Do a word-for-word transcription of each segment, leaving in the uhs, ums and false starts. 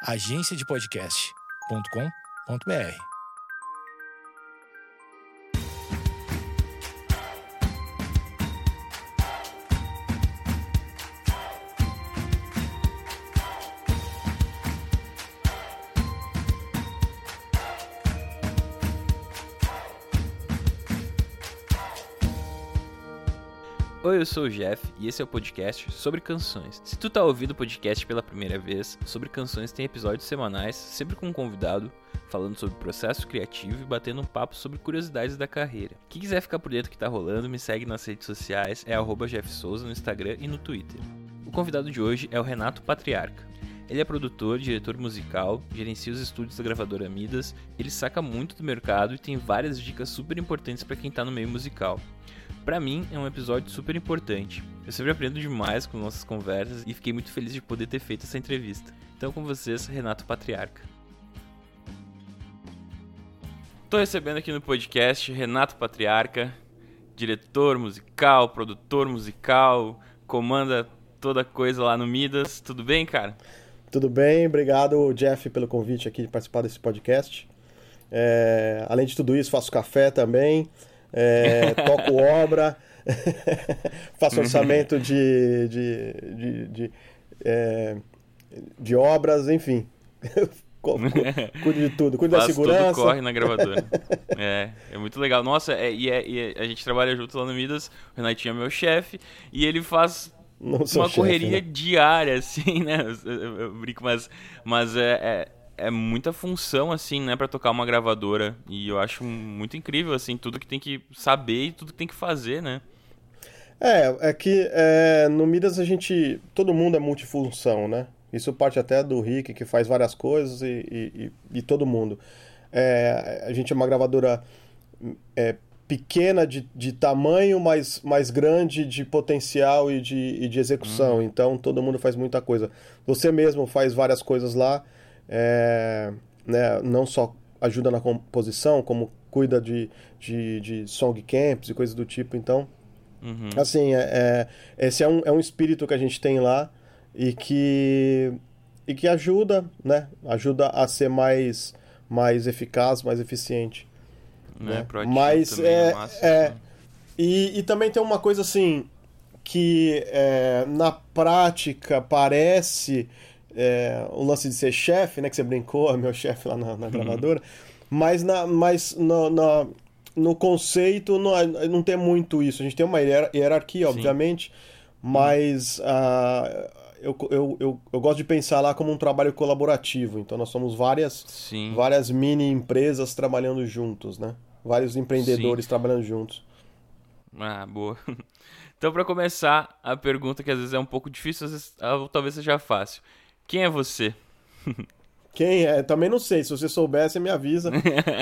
agência de podcast ponto com ponto b r. Oi, eu sou o Jeff e esse é o podcast sobre canções. Se tu tá ouvindo o podcast pela primeira vez, Sobre Canções tem episódios semanais, sempre com um convidado, falando sobre o processo criativo e batendo um papo sobre curiosidades da carreira. Quem quiser ficar por dentro do que tá rolando, me segue nas redes sociais, é arroba Jeff Souza no Instagram e no Twitter. O convidado de hoje é o Renato Patriarca. Ele é produtor, diretor musical, gerencia os estúdios da gravadora Midas, ele saca muito do mercado e tem várias dicas super importantes para quem tá no meio musical. Pra mim, é um episódio super importante. Eu sempre aprendo demais com nossas conversas e fiquei muito feliz de poder ter feito essa entrevista. Então, com vocês, Renato Patriarca. Tô recebendo aqui no podcast Renato Patriarca, diretor musical, produtor musical, comanda toda coisa lá no Midas. Tudo bem, cara? Tudo bem, obrigado, Jeff, pelo convite aqui de participar desse podcast. É, além de tudo isso, faço café também. É, toco obra, faço orçamento de, de, de, de, é, de obras, enfim, cuido de tudo, cuido da segurança. Tudo corre na gravadora. É, é muito legal. Nossa, é, e, é, e a gente trabalha junto lá no Midas, o Renatinho é meu chefe, e ele faz uma chefe, correria né? diária, assim, né? Eu, eu, eu brinco, mas, mas é... é... É muita função, assim, né, pra tocar uma gravadora. E eu acho muito incrível, assim, tudo que tem que saber e tudo que tem que fazer, né? É, é que é, no Midas a gente... Todo mundo é multifunção, né? Isso parte até do Rick, que faz várias coisas, e, e, e, e todo mundo. É, a gente é uma gravadora é, pequena de, de tamanho, mas mais grande de potencial e de, e de execução. Hum. Então, todo mundo faz muita coisa. Você mesmo faz várias coisas lá. É, né, não só ajuda na composição, como cuida de, de, de song camps e coisas do tipo. Então, uhum. assim, é, é, esse é um, é um espírito que a gente tem lá e que, e que ajuda, né, ajuda a ser mais, mais eficaz, mais eficiente. Né? Né? Mas é, é, massa, é né? e, e também tem uma coisa assim que é, na prática parece... É, o lance de ser chefe, né, que você brincou, meu chefe lá na, na gravadora, uhum. mas, na, mas no, no, no conceito não, não tem muito isso. A gente tem uma hierarquia, obviamente, sim. Mas uhum. uh, eu, eu, eu, eu gosto de pensar lá como um trabalho colaborativo. Então nós somos várias, várias mini empresas trabalhando juntos, né? Vários empreendedores sim. trabalhando juntos. Ah, boa. Então, para começar, a pergunta que às vezes é um pouco difícil, às vezes, talvez seja fácil. Quem é você? Quem é? Também não sei. Se você soubesse, me avisa.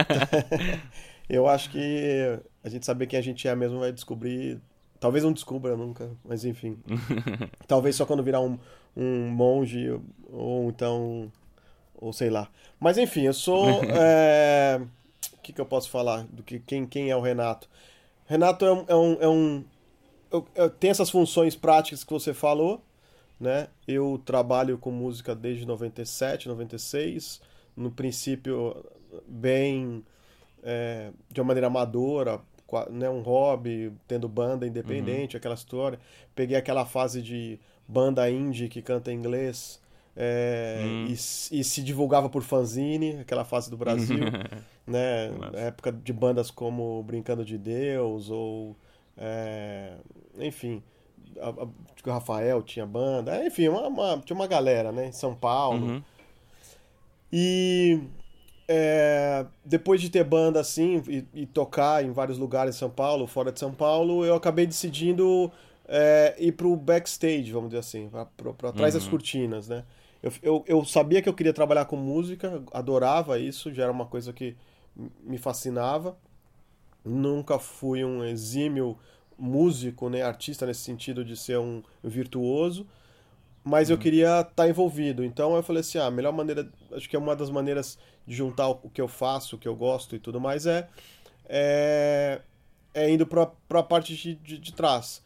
Eu acho que a gente saber quem a gente é mesmo vai descobrir. Talvez não descubra nunca, mas enfim. Talvez só quando virar um, um monge ou então... Ou sei lá. Mas enfim, eu sou... É... O que, que eu posso falar? Do que, quem, quem é o Renato? Renato é um... É um, é um... Eu, eu, tem essas funções práticas que você falou. Né? Eu trabalho com música desde noventa e sete, noventa e seis, no princípio bem é, de uma maneira amadora, né? Um hobby, tendo banda independente, uhum. aquela história. Peguei aquela fase de banda indie que canta em inglês é, uhum. e, e se divulgava por fanzine, aquela fase do Brasil, né? Época de bandas como Brincando de Deus ou é, enfim... O Rafael tinha banda, enfim, uma, uma, tinha uma galera, né, em São Paulo. Uhum. E é, depois de ter banda assim e, e tocar em vários lugares em São Paulo, fora de São Paulo, eu acabei decidindo é, ir pro backstage, vamos dizer assim, pra, pra, pra trás uhum. das cortinas, né. Eu, eu, eu sabia que eu queria trabalhar com música, adorava isso, já era uma coisa que me fascinava. Nunca fui um exímio músico, né, artista nesse sentido de ser um virtuoso, mas uhum. eu queria estar envolvido. Então eu falei assim, ah, a melhor maneira, acho que é uma das maneiras de juntar o que eu faço, o que eu gosto e tudo mais é é, é indo para a parte de, de, de trás.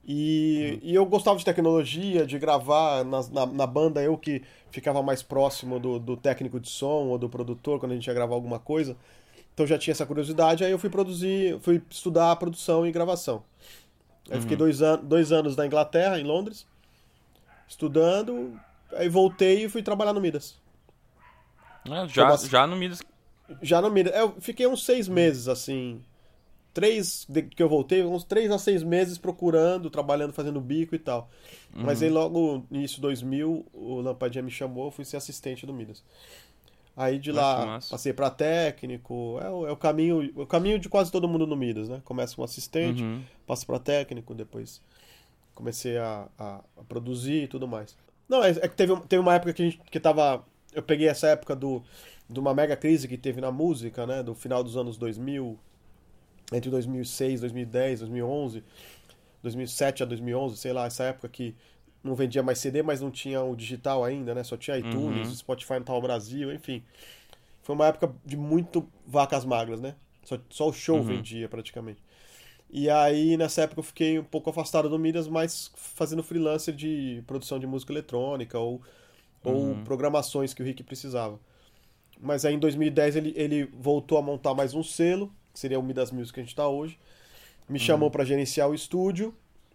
E, e eu gostava de tecnologia, de gravar na, na, na banda, eu que ficava mais próximo do, do técnico de som ou do produtor quando a gente ia gravar alguma coisa. Então já tinha essa curiosidade, aí eu fui produzir, fui estudar produção e gravação. Aí Uhum. fiquei dois, an dois anos na Inglaterra, em Londres, estudando, aí voltei e fui trabalhar no Midas. Ah, já, bastante... já no Midas. Já no Midas. Eu fiquei uns seis meses, assim. Três, de que eu voltei, uns três a seis meses procurando, trabalhando, fazendo bico e tal. Uhum. Mas aí logo no início de dois mil, o Lampadinha me chamou, eu fui ser assistente do Midas. Aí de Ah, lá que massa. passei pra técnico, é o, é o caminho, o caminho de quase todo mundo no Midas, né? Começa como assistente, Uhum. passa pra técnico, depois comecei a, a, a produzir e tudo mais. Não, é, é que teve, teve uma época que a gente que tava, eu peguei essa época do de uma mega crise que teve na música, né? Do final dos anos dois mil, entre dois mil e seis, dois mil e dez, dois mil e onze, dois mil e sete a dois mil e onze, sei lá, essa época que não vendia mais C D, mas não tinha o digital ainda, né? Só tinha iTunes, Uhum. Spotify não tava no Brasil, enfim. Foi uma época de muito vacas magras, né? Só, só o show Uhum. vendia praticamente. E aí, nessa época, eu fiquei um pouco afastado do Midas, mas fazendo freelancer de produção de música eletrônica ou, ou Uhum. programações que o Rick precisava. Mas aí em dois mil e dez ele, ele voltou a montar mais um selo, que seria o Midas Music que a gente tá hoje. Me chamou para gerenciar o estúdio.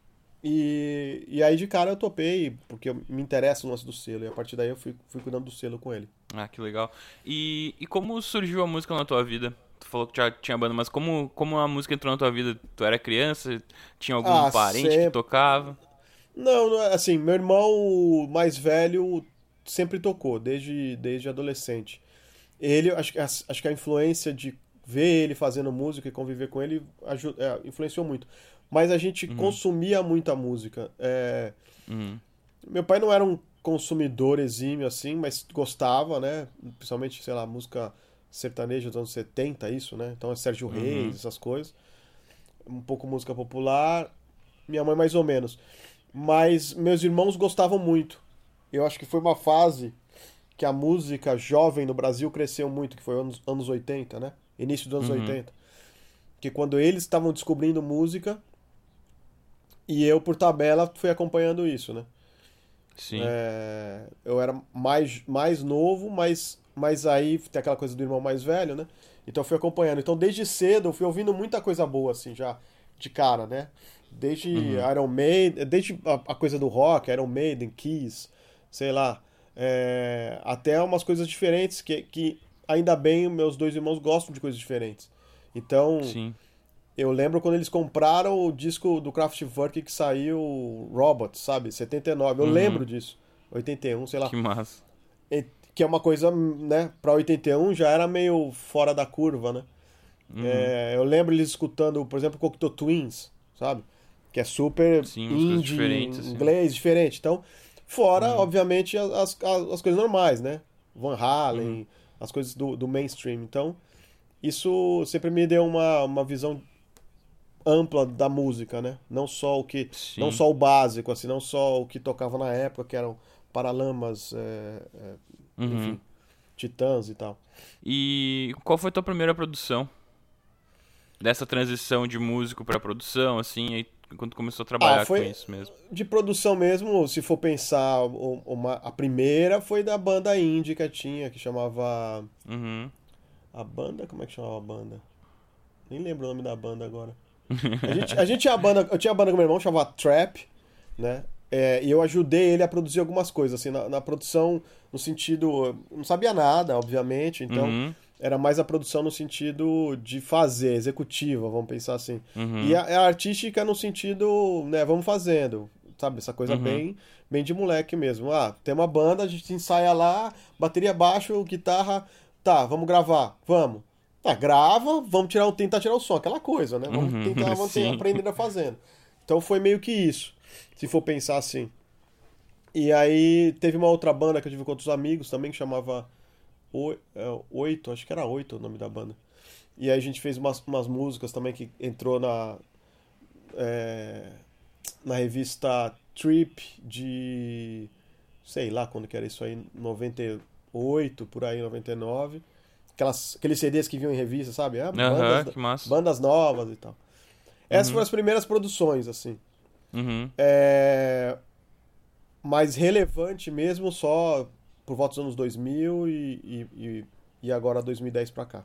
E, e aí de cara eu topei, porque eu, me interessa o lance do selo. E a partir daí eu fui, fui cuidando do selo com ele. Ah, que legal. E, e como surgiu a música na tua vida? Tu falou que já tinha banda, mas como, como a música entrou na tua vida? Tu era criança? Tinha algum Ah, parente que sempre. tocava? Não, não é- assim, meu irmão mais velho sempre tocou, desde, desde adolescente. Ele, acho, que- acho que a influência de ver ele fazendo música e conviver com ele aju- é, influenciou muito. Mas a gente Uhum. consumia muita música. É, Uhum. meu pai não era um consumidor exímio assim, mas gostava, né? Principalmente, sei lá, música sertaneja dos anos setenta, isso, né? Então é Sérgio Uhum. Reis, essas coisas. Um pouco música popular. Minha mãe mais ou menos. Mas meus irmãos gostavam muito. Eu acho que foi uma fase que a música jovem no Brasil cresceu muito, que foi anos, anos oitenta, né? Início dos anos Uhum. oitenta. Que quando eles estavam descobrindo música, e eu, por tabela, fui acompanhando isso, né? Sim. É, eu era mais, mais novo, mas, mas aí tem aquela coisa do irmão mais velho, né? Então eu fui acompanhando. Então desde cedo eu fui ouvindo muita coisa boa, assim, já de cara, né? Desde Uhum. Iron Maiden, desde a, a coisa do rock, Iron Maiden, Kiss, sei lá, é, até umas coisas diferentes que, que ainda bem meus dois irmãos gostam de coisas diferentes. Então Sim. eu lembro quando eles compraram o disco do Kraftwerk que saiu Robot, sabe? setenta e nove. Eu Uhum. lembro disso. oitenta e um, sei lá. Que massa. E- Que é uma coisa, né? Pra oitenta e um já era meio fora da curva, né? Uhum. É, eu lembro eles escutando, por exemplo, Cocteau Twins, sabe? Que é super Sim, umas coisas indie, diferentes, assim. inglês, diferente. Então, fora, Uhum. obviamente, as, as, as coisas normais, né? Van Halen, Uhum. as coisas do, do mainstream. Então, isso sempre me deu uma, uma visão ampla da música, né? Não só o que, não Sim. só o básico, assim, não só o que tocava na época, que eram Paralamas, é, é, Uhum. enfim, Titãs e tal. E qual foi a tua primeira produção? Dessa transição de músico pra produção, assim, aí quando tu começou a Ah, trabalhar com foi isso mesmo? de produção mesmo, se for pensar, o- uma, a primeira foi da banda indie que tinha, que chamava. Uhum. A banda? Como é que chamava a banda? Nem lembro o nome da banda agora. A gente, a gente tinha a banda, eu tinha a banda com meu irmão, chamava Trap, né? É, e eu ajudei ele a produzir algumas coisas, assim, na, na produção, no sentido. Eu não sabia nada, obviamente, então Uhum. era mais a produção no sentido de fazer, executiva, vamos pensar assim. Uhum. E a, a artística no sentido, né, vamos fazendo, sabe? Essa coisa Uhum. bem, bem de moleque mesmo. Ah, tem uma banda, a gente ensaia lá, bateria baixo, guitarra, tá, vamos gravar, vamos. Tá, grava, vamos tirar o, tentar tirar o som, aquela coisa, né? Vamos Uhum. tentar vamos ter- Sim. aprender a fazendo. Então foi meio que isso, se for pensar assim. E aí teve uma outra banda que eu tive com outros amigos também, que chamava Oi- é, Oito, acho que era Oito o nome da banda. E aí a gente fez umas, umas músicas também que entrou na, é, na revista Trip de, sei lá quando que era isso aí, noventa e oito, por aí, noventa e nove. Aquelas, aqueles C Ds que vinham em revista, sabe? Ah, Aham, bandas, que massa. bandas novas e tal. Essas Uhum. foram as primeiras produções, assim. Uhum. É... mais relevante mesmo só por volta dos anos dois mil e, e, e, e agora dois mil e dez pra cá.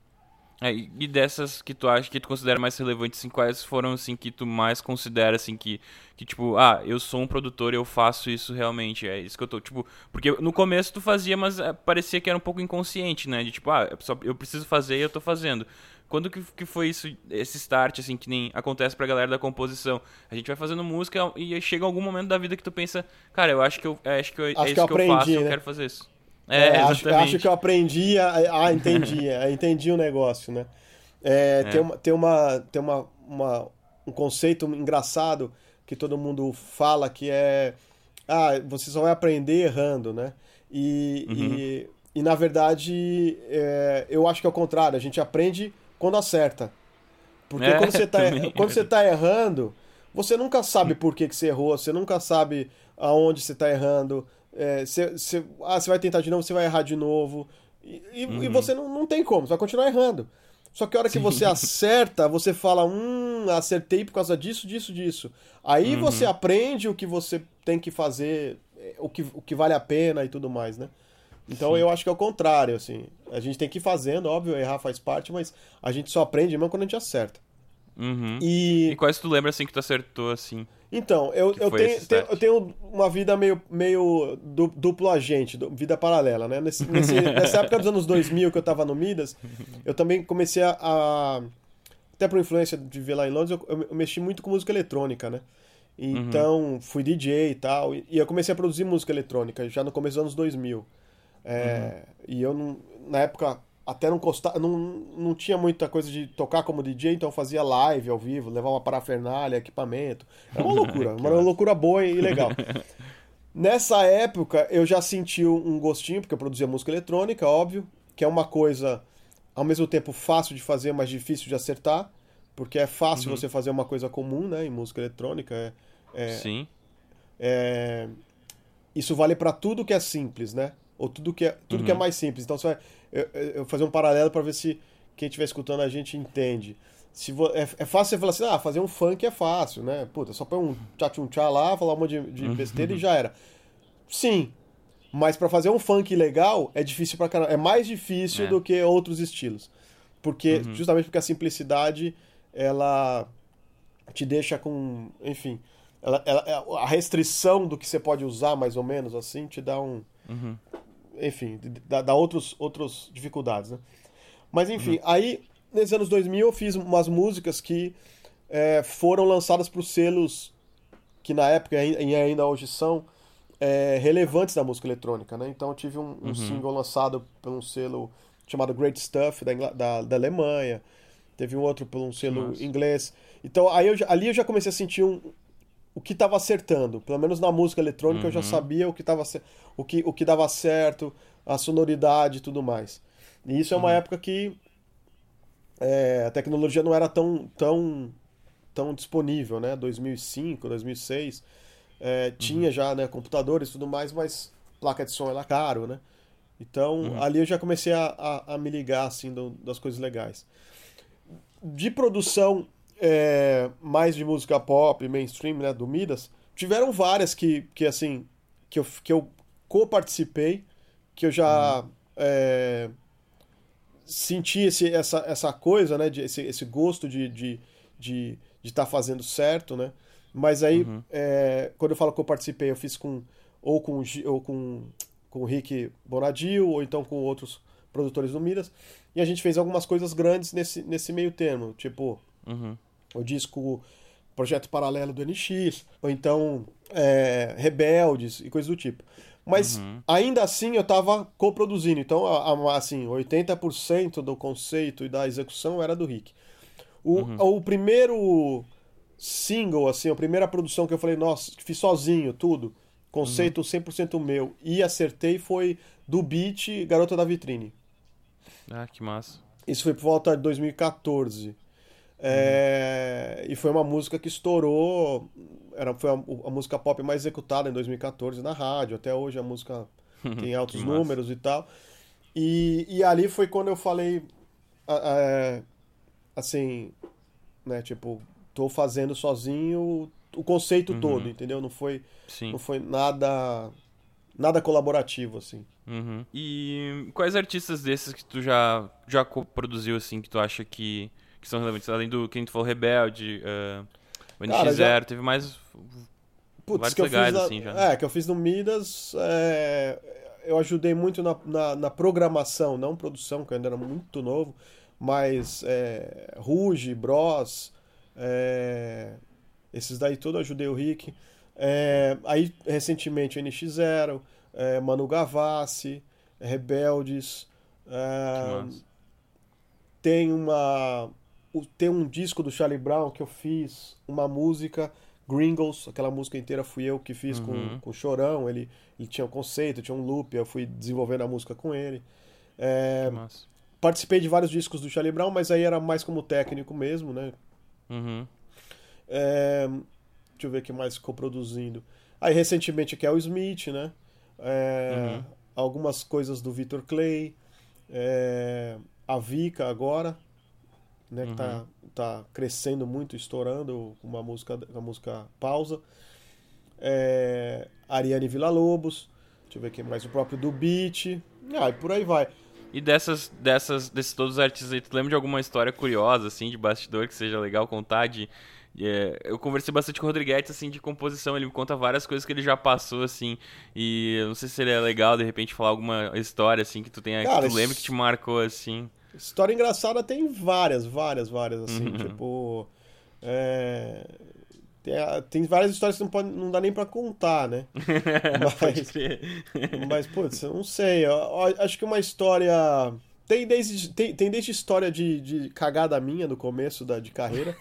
É, e e dessas que tu acha que tu considera mais relevantes, assim, quais foram, assim, que tu mais considera, assim, que, que, tipo, ah, eu sou um produtor e eu faço isso realmente, é isso que eu tô, tipo, porque no começo tu fazia, mas é, parecia que era um pouco inconsciente, né, de tipo, ah, eu só- eu preciso fazer e eu tô fazendo. Quando que, que foi isso, esse start, assim, que nem acontece pra galera da composição? A gente vai fazendo música e aí chega algum momento da vida que tu pensa, cara, eu acho que eu, é, acho que eu- é Acho que eu isso que eu faço, aprendi, eu né? quero fazer isso. É, É, acho, acho que exatamente. eu aprendi a... Ah, entendi. é, Entendi o negócio, né? É, tem É. uma, tem uma, tem uma, uma- um conceito engraçado que todo mundo fala que é... Ah, você só vai aprender errando, né? Uhum. E, e, e na verdade, é, eu acho que é o contrário. A gente aprende quando acerta. Porque É, quando você tá, também, é quando você verdade. tá errando, você nunca sabe por que que você errou, você nunca sabe aonde você tá errando. É, você, você- ah, você vai tentar de novo, você vai errar de novo. E, e- e Uhum. você não, não tem como, você vai continuar errando. Só que a hora que você Sim. acerta, você fala, hum, acertei por causa disso, disso, disso. Aí você Uhum. aprende o que você tem que fazer, eh, o que, o que vale a pena e tudo mais, né? Então Sim. eu acho que é o contrário, assim. A gente tem que ir fazendo, óbvio, errar faz parte, mas a gente só aprende mesmo quando a gente acerta. Uhum. E E quais tu lembra assim que tu acertou assim? então, eu, Que eu foi esse tenho, tenho- eu start? tenho uma vida meio, meio du- duplo agente, du- vida paralela, né? Nesse, nesse- nessa época dos anos dois mil que eu tava no Midas, eu também comecei a. a- até por influência de viver lá em Londres, eu, eu- eu mexi muito com música eletrônica, né? Uhum. Então, fui D J e tal, e, e eu comecei a produzir música eletrônica já no começo dos anos dois mil. Uhum. É, e eu, não, na época, até não, costa, não, não tinha muita coisa de tocar como D J, então eu fazia live ao vivo, levava uma parafernália, equipamento. Era uma loucura, Que uma massa. loucura boa e legal. Nessa época, eu já senti um gostinho, porque eu produzia música eletrônica, óbvio, que é uma coisa, ao mesmo tempo, fácil de fazer, mas difícil de acertar, porque é fácil Uhum. você fazer uma coisa comum, né, em música eletrônica. É, Sim. é, isso vale para tudo que é simples, né? Ou tudo que é, tudo que é Uhum. mais simples. Então, você vai, eu, eu eu vou fazer um paralelo para ver se quem estiver escutando a gente entende. Se vo, é, é fácil você falar assim, ah, fazer um funk é fácil, né? Puta, só põe um tchá-tchum-tchá lá, falar um monte de, de besteira e Uhum. já era. Sim, mas para fazer um funk legal é difícil pra caramba. É mais difícil É. do que outros estilos. Porque, Uhum. justamente porque a simplicidade, ela te deixa com, enfim, ela, ela- a restrição do que você pode usar, mais ou menos, assim, te dá um, Uhum. enfim, dá, dá outros, outras dificuldades, né? Mas, Uhum. enfim, aí, nesses anos dois mil, eu fiz umas músicas que é, foram lançadas para os selos que na época e ainda hoje são é, relevantes da música eletrônica, né? Então eu tive um, um Uhum. single lançado por um selo chamado Great Stuff da, Ingla- da, da Alemanha, teve um outro por um Que selo massa. inglês. Então aí eu, já- ali eu já comecei a sentir um, o que estava acertando. Pelo menos na música eletrônica eu já Uhum. sabia o que, tava, ce- o que, o que dava certo, a sonoridade e tudo mais. E isso é uma Uhum. época que é, a tecnologia não era tão, tão, tão disponível, né? dois mil e cinco, dois mil e seis, é, Uhum. tinha já, né, computadores e tudo mais, mas placa de som era caro, né? Então Uhum. ali eu já comecei a, a, a me ligar assim do- das coisas legais. De produção é, mais de música pop, mainstream, né, do Midas, tiveram várias que, que assim, que eu, que eu co-participei, que eu Uhum. já é, senti esse, essa, essa coisa, né, de, esse, esse gosto de estar de, de, de tá fazendo certo, né? Mas aí, Uhum. é, quando eu falo que eu participei, eu fiz com ou com, o Gi- ou com, com o Rick Bonadil, ou então com outros produtores do Midas, e a gente fez algumas coisas grandes nesse, nesse meio termo, tipo Uhum. o disco Projeto Paralelo do N X, ou então é, Rebeldes e coisas do tipo. Mas Uhum. ainda assim eu estava coproduzindo, então a- a- assim, oitenta por cento do conceito e da execução era do Rick. O, Uhum. o primeiro single, assim, a primeira produção que eu falei, nossa, fiz sozinho tudo, Uhum. conceito cem por cento meu, e acertei foi do Beat Garota da Vitrine. Ah, que massa. Isso foi por volta de dois mil e quatorze. Uhum. É, e foi uma música que estourou. Era, foi a, a música pop mais executada em dois mil e quatorze na rádio. Até hoje a música tem Que altos massa. números e tal. E, e ali foi quando eu falei, a- a- assim, né? Tipo, tô fazendo sozinho, o conceito Uhum. todo, entendeu? Não foi, Sim. não foi nada, nada colaborativo, assim. Uhum. E quais artistas desses que tu já, já produziu, assim, que tu acha que, que são relevantes? Além do que a gente falou, Rebelde, uh, o Cara, N X Zero, já- teve mais Putz, vários que eu fiz legais, na- assim, já. É, que eu fiz no Midas, é, eu ajudei muito na, na, na programação, não produção, que eu ainda era muito novo, mas é, Ruge, Bros, é, esses daí todos eu ajudei o Rick. É, aí, recentemente, o N X Zero, é, Manu Gavassi, Rebeldes, Que é, massa. tem uma o- tem um disco do Charlie Brown que eu fiz uma música Gringos, aquela música inteira fui eu que fiz com, Uhum. com o Chorão, ele, ele tinha um conceito, tinha um loop, eu fui desenvolvendo a música com ele. É, Que massa. participei de vários discos do Charlie Brown, mas aí era mais como técnico mesmo, né? Uhum. É, deixa eu ver o que mais ficou produzindo. Aí recentemente aqui é o Smith, né? É, Uhum. algumas coisas do Victor Clay, é, a Vika agora, né? Que tá, tá crescendo muito, estourando com uma música, com a música Pausa. É, Ariane Villa-Lobos, deixa eu ver aqui mais, o próprio do Beat, ah, e por aí vai. E dessas, dessas, desses todos os artistas aí, tu lembra de alguma história curiosa, assim, de bastidor que seja legal contar? De, de, é, eu conversei bastante com o Rodriguete, assim, de composição, ele me conta várias coisas que ele já passou, assim, e eu não sei se seria legal, de repente, falar alguma história, assim, que tu tenha, Cara, que tu lembra isso- que te marcou, assim. História engraçada tem várias, várias, várias, assim, Uhum. tipo. é, tem, a- tem várias histórias que não, pode, não dá nem pra contar, né? Pode Mas, crer. mas putz, eu não sei. Eu, eu acho que uma história. Tem desde, tem, tem desde história de, de cagada minha do começo da, de carreira.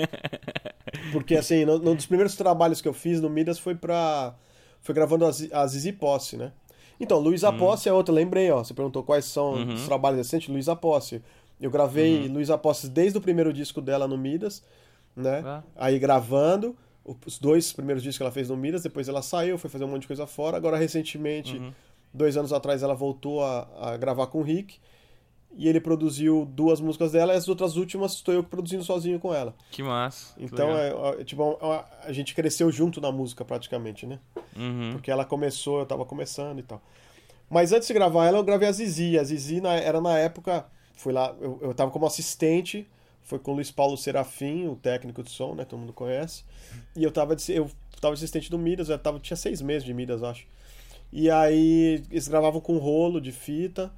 Porque, assim, no- num dos primeiros trabalhos que eu fiz no Midas foi pra. Foi gravando a, Zi- a Zizi Posse, né? Então, Luísa Posse é outra, lembrei, ó. Você perguntou quais são Uhum. os trabalhos recentes, Luísa Posse. Eu gravei Luísa Posse desde o primeiro disco dela no Midas, né? Ah. Aí gravando os dois primeiros discos que ela fez no Midas, depois ela saiu, foi fazer um monte de coisa fora. Agora, recentemente, Uhum. dois anos atrás, ela voltou a, a gravar com o Rick. E ele produziu duas músicas dela, e as outras últimas estou eu produzindo sozinho com ela. Que massa. que Então, legal. é, é, tipo, a, a gente cresceu junto na música praticamente, né? Uhum. Porque ela começou, eu tava começando e tal. Mas antes de gravar ela, eu gravei a Zizi. A Zizi na- era na época, fui lá, eu, eu tava como assistente, foi com o Luiz Paulo Serafim, o técnico de som, né? Todo mundo conhece. E eu tava, de- eu tava assistente do Midas, eu tava, tinha seis meses de Midas, acho. E aí eles gravavam com rolo de fita.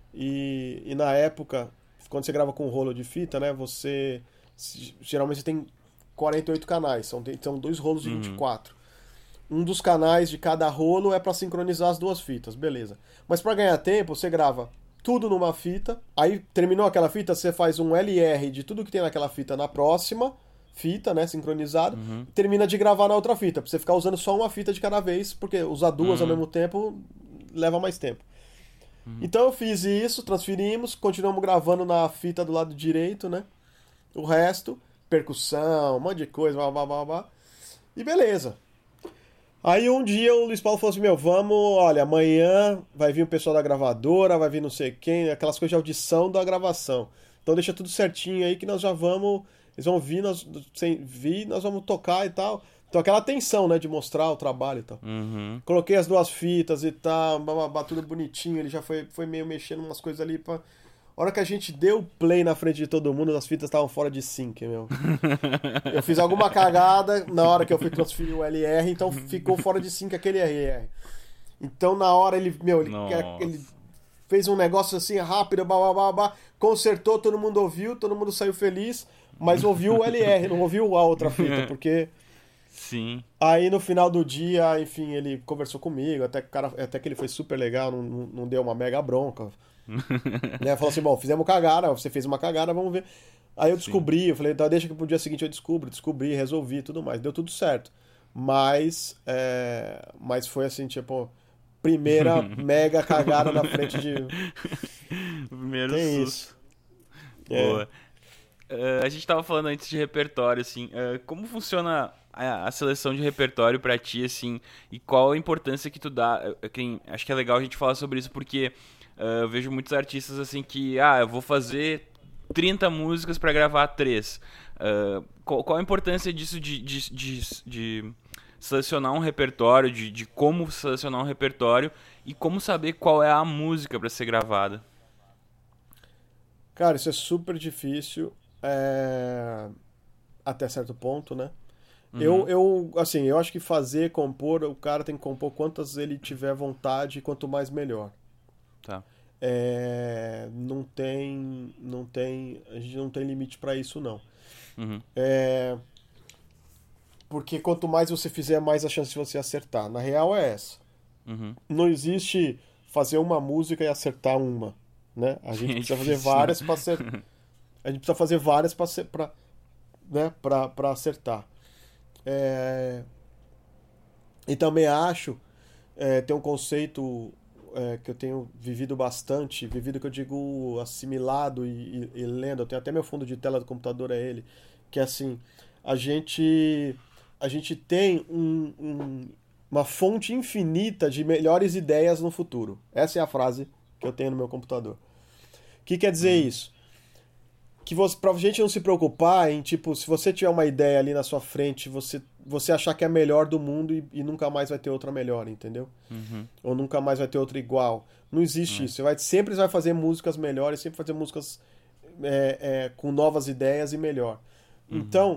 E, e na época, quando você grava com rolo de fita, né? Você. Geralmente você tem quarenta e oito canais, são, tem- são dois rolos de vinte e quatro. Um dos canais de cada rolo é pra sincronizar as duas fitas, beleza. Mas pra ganhar tempo, você grava tudo numa fita, aí terminou aquela fita, você faz um L R de tudo que tem naquela fita na próxima fita, né, sincronizado, e termina de gravar na outra fita, pra você ficar usando só uma fita de cada vez, porque usar duas ao mesmo tempo leva mais tempo. Então eu fiz isso, transferimos, continuamos gravando na fita do lado direito, né? O resto, percussão, um monte de coisa, blá, blá, blá, blá. E beleza. Aí um dia o Luiz Paulo falou assim, meu, vamos, olha, amanhã vai vir o pessoal da gravadora, vai vir não sei quem, aquelas coisas de audição da gravação. Então deixa tudo certinho aí que nós já vamos, eles vão vir, nós, sem vir, nós vamos tocar e tal. Então aquela tensão, né, de mostrar o trabalho e tal. Uhum. Coloquei as duas fitas e tal, bababá, tudo bonitinho, ele já foi, foi meio mexendo umas coisas ali pra... A hora que a gente deu play na frente de todo mundo, as fitas estavam fora de sync, meu. Eu fiz alguma cagada na hora que eu fui transferir o L R, então ficou fora de sync aquele R R. Então na hora ele, meu, ele, Nossa. ele fez um negócio assim rápido, babá, consertou, todo mundo ouviu, todo mundo saiu feliz, mas ouviu o L R, não ouviu a outra fita, porque... Sim. Aí no final do dia, enfim, ele conversou comigo, até que, o cara, até que ele foi super legal, não, não, não deu uma mega bronca. Né? Falou assim, bom, fizemos cagada, você fez uma cagada, vamos ver. Aí eu descobri, eu falei, então deixa que pro dia seguinte eu descubro, descobri, resolvi e tudo mais. Deu tudo certo. Mas, é, mas foi assim, tipo, primeira mega cagada na frente de... O primeiro Tem susto. isso. É. Boa. Eh, a gente tava falando antes de repertório, assim, eh, como funciona a, a seleção de repertório pra ti, assim, e qual a importância que tu dá? Eh, quem- acho que é legal a gente falar sobre isso porque eh, eu vejo muitos artistas, assim, que, ah, eu vou fazer trinta músicas pra gravar três. Uh, qual, qual a importância disso de, de, de, de selecionar um repertório, de, de como selecionar um repertório e como saber qual é a música pra ser gravada? Cara, isso é super difícil, é... até certo ponto, né? Uhum. Eu, eu, assim, eu acho que fazer, compor, o cara tem que compor quantas ele tiver vontade, quanto mais melhor. Tá. É, não tem, não tem, a gente não tem limite pra isso, não. Uhum. É, porque quanto mais você fizer, mais a chance de você acertar. Na real é essa. Uhum. Não existe fazer uma música e acertar uma, né? A gente É precisa difícil, fazer várias né? para acertar. A gente precisa fazer várias para para, né, para para acertar. É, e também acho, é, tem um conceito é, que eu tenho vivido bastante, vivido que eu digo assimilado e, e, e lendo, eu tenho até meu fundo de tela do computador é ele, que é assim, a gente a gente tem um, um, uma fonte infinita de melhores ideias no futuro. Essa é a frase que eu tenho no meu computador. O que quer dizer Uhum. isso? Que você, pra gente não se preocupar em, tipo, se você tiver uma ideia ali na sua frente, você, você achar que é a melhor do mundo e, e nunca mais vai ter outra melhor, entendeu? Uhum. Ou nunca mais vai ter outra igual. Não existe É. isso. Você vai, sempre vai fazer músicas melhores, sempre fazer músicas é, é, com novas ideias e melhor. Uhum. Então,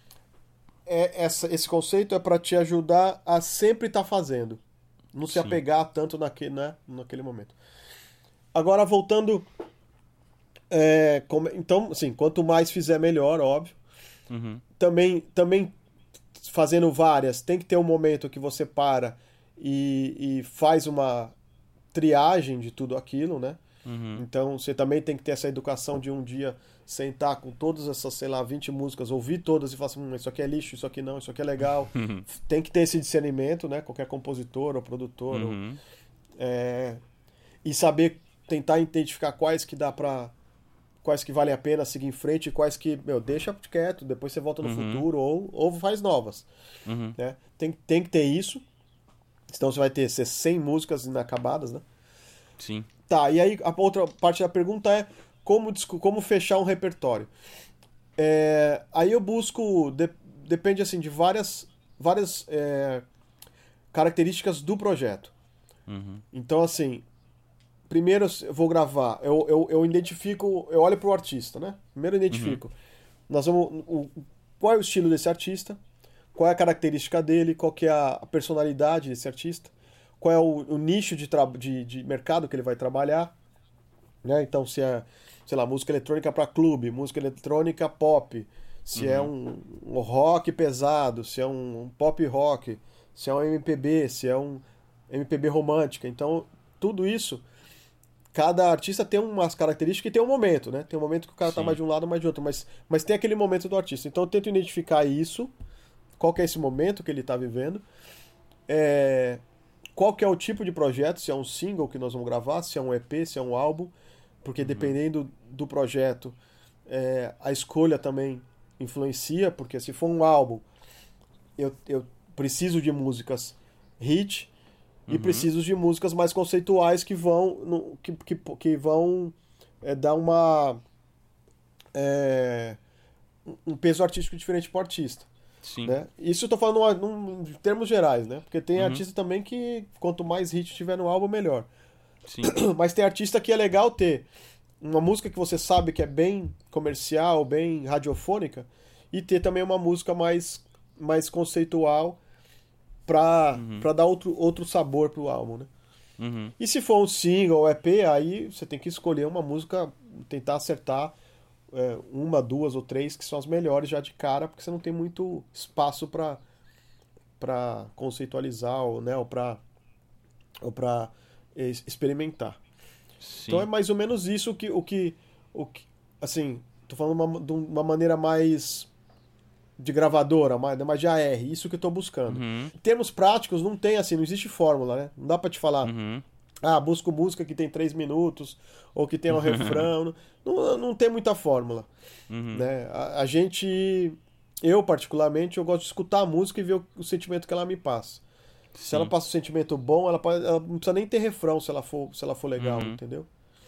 é, essa, esse conceito é para te ajudar a sempre estar fazendo. Não se Sim. apegar tanto naquele, né, naquele momento. Agora, voltando... É, como- então, assim, quanto mais fizer, melhor, óbvio. Uhum. Também, também fazendo várias, tem que ter um momento que você para e, e faz uma triagem de tudo aquilo, né? Uhum. Então, você também tem que ter essa educação de um dia sentar com todas essas, sei lá, vinte músicas, ouvir todas e falar assim, hum, isso aqui é lixo, isso aqui não, isso aqui é legal. Uhum. Tem que ter esse discernimento, né? Qualquer compositor ou produtor. Ou, Uhum. é, e saber, tentar identificar quais que dá pra... quais que valem a pena seguir em frente e quais que, meu, deixa quieto, depois você volta no Uhum. futuro ou, ou faz novas, Uhum. né? Tem, tem que ter isso, senão você vai ter ser cem músicas inacabadas, né? Sim. Tá, e aí a outra parte da pergunta é como, discu- como fechar um repertório. É, aí eu busco, de- depende assim de várias, várias é, características do projeto. Uhum. Então assim, primeiro eu vou gravar, eu, eu, eu identifico, eu olho pro artista, né? Primeiro eu identifico. Nós vamos, o, qual é o estilo desse artista, qual é a característica dele, qual que é a personalidade desse artista, qual é o, o nicho de, tra- de, de mercado que ele vai trabalhar, né? Então se é, sei lá, música eletrônica para clube, música eletrônica pop, se é um, um rock pesado, se é um, um pop rock, se é um M P B, se é um M P B romântica. Então tudo isso, cada artista tem umas características e tem um momento, né? Tem um momento que o cara tá Sim. mais de um lado, mais de outro, mas, mas tem aquele momento do artista. Então eu tento identificar isso, qual que é esse momento que ele tá vivendo, é, qual que é o tipo de projeto, se é um single que nós vamos gravar, se é um E P, se é um álbum, porque dependendo do projeto, é, a escolha também influencia, porque se for um álbum, eu, eu preciso de músicas hit, e Uhum. preciso de músicas mais conceituais que vão no- que, que, que vão é, dar uma é, um peso artístico diferente pro artista, Sim. né? Isso eu tô falando num, num- em termos gerais, né? Porque tem Uhum. artista também que quanto mais hit tiver no álbum, melhor. Sim. Mas tem artista que é legal ter uma música que você sabe que é bem comercial, bem radiofônica, e ter também uma música mais, mais conceitual pra, Uhum. pra dar outro, outro sabor pro álbum, né? Uhum. E se for um single ou E P, aí você tem que escolher uma música, tentar acertar é, uma, duas ou três que são as melhores já de cara, porque você não tem muito espaço pra para conceitualizar ou, né, ou pra, ou pra es- experimentar. Sim. Então é mais ou menos isso o que, o que, o que assim, tô falando uma, de uma maneira mais de gravadora, mais, mais de A R, isso que eu tô buscando. Uhum. Em termos práticos, não tem assim, não existe fórmula, né? Não dá pra te falar, Uhum. ah, busco música que tem três minutos, ou que tem um refrão. Não, não tem muita fórmula, Uhum. né? A, a gente, eu particularmente, eu gosto de escutar a música e ver o, o sentimento que ela me passa. Se Sim. ela passa um sentimento bom, ela, pode, ela não precisa nem ter refrão se ela for, se ela for legal, Uhum. entendeu?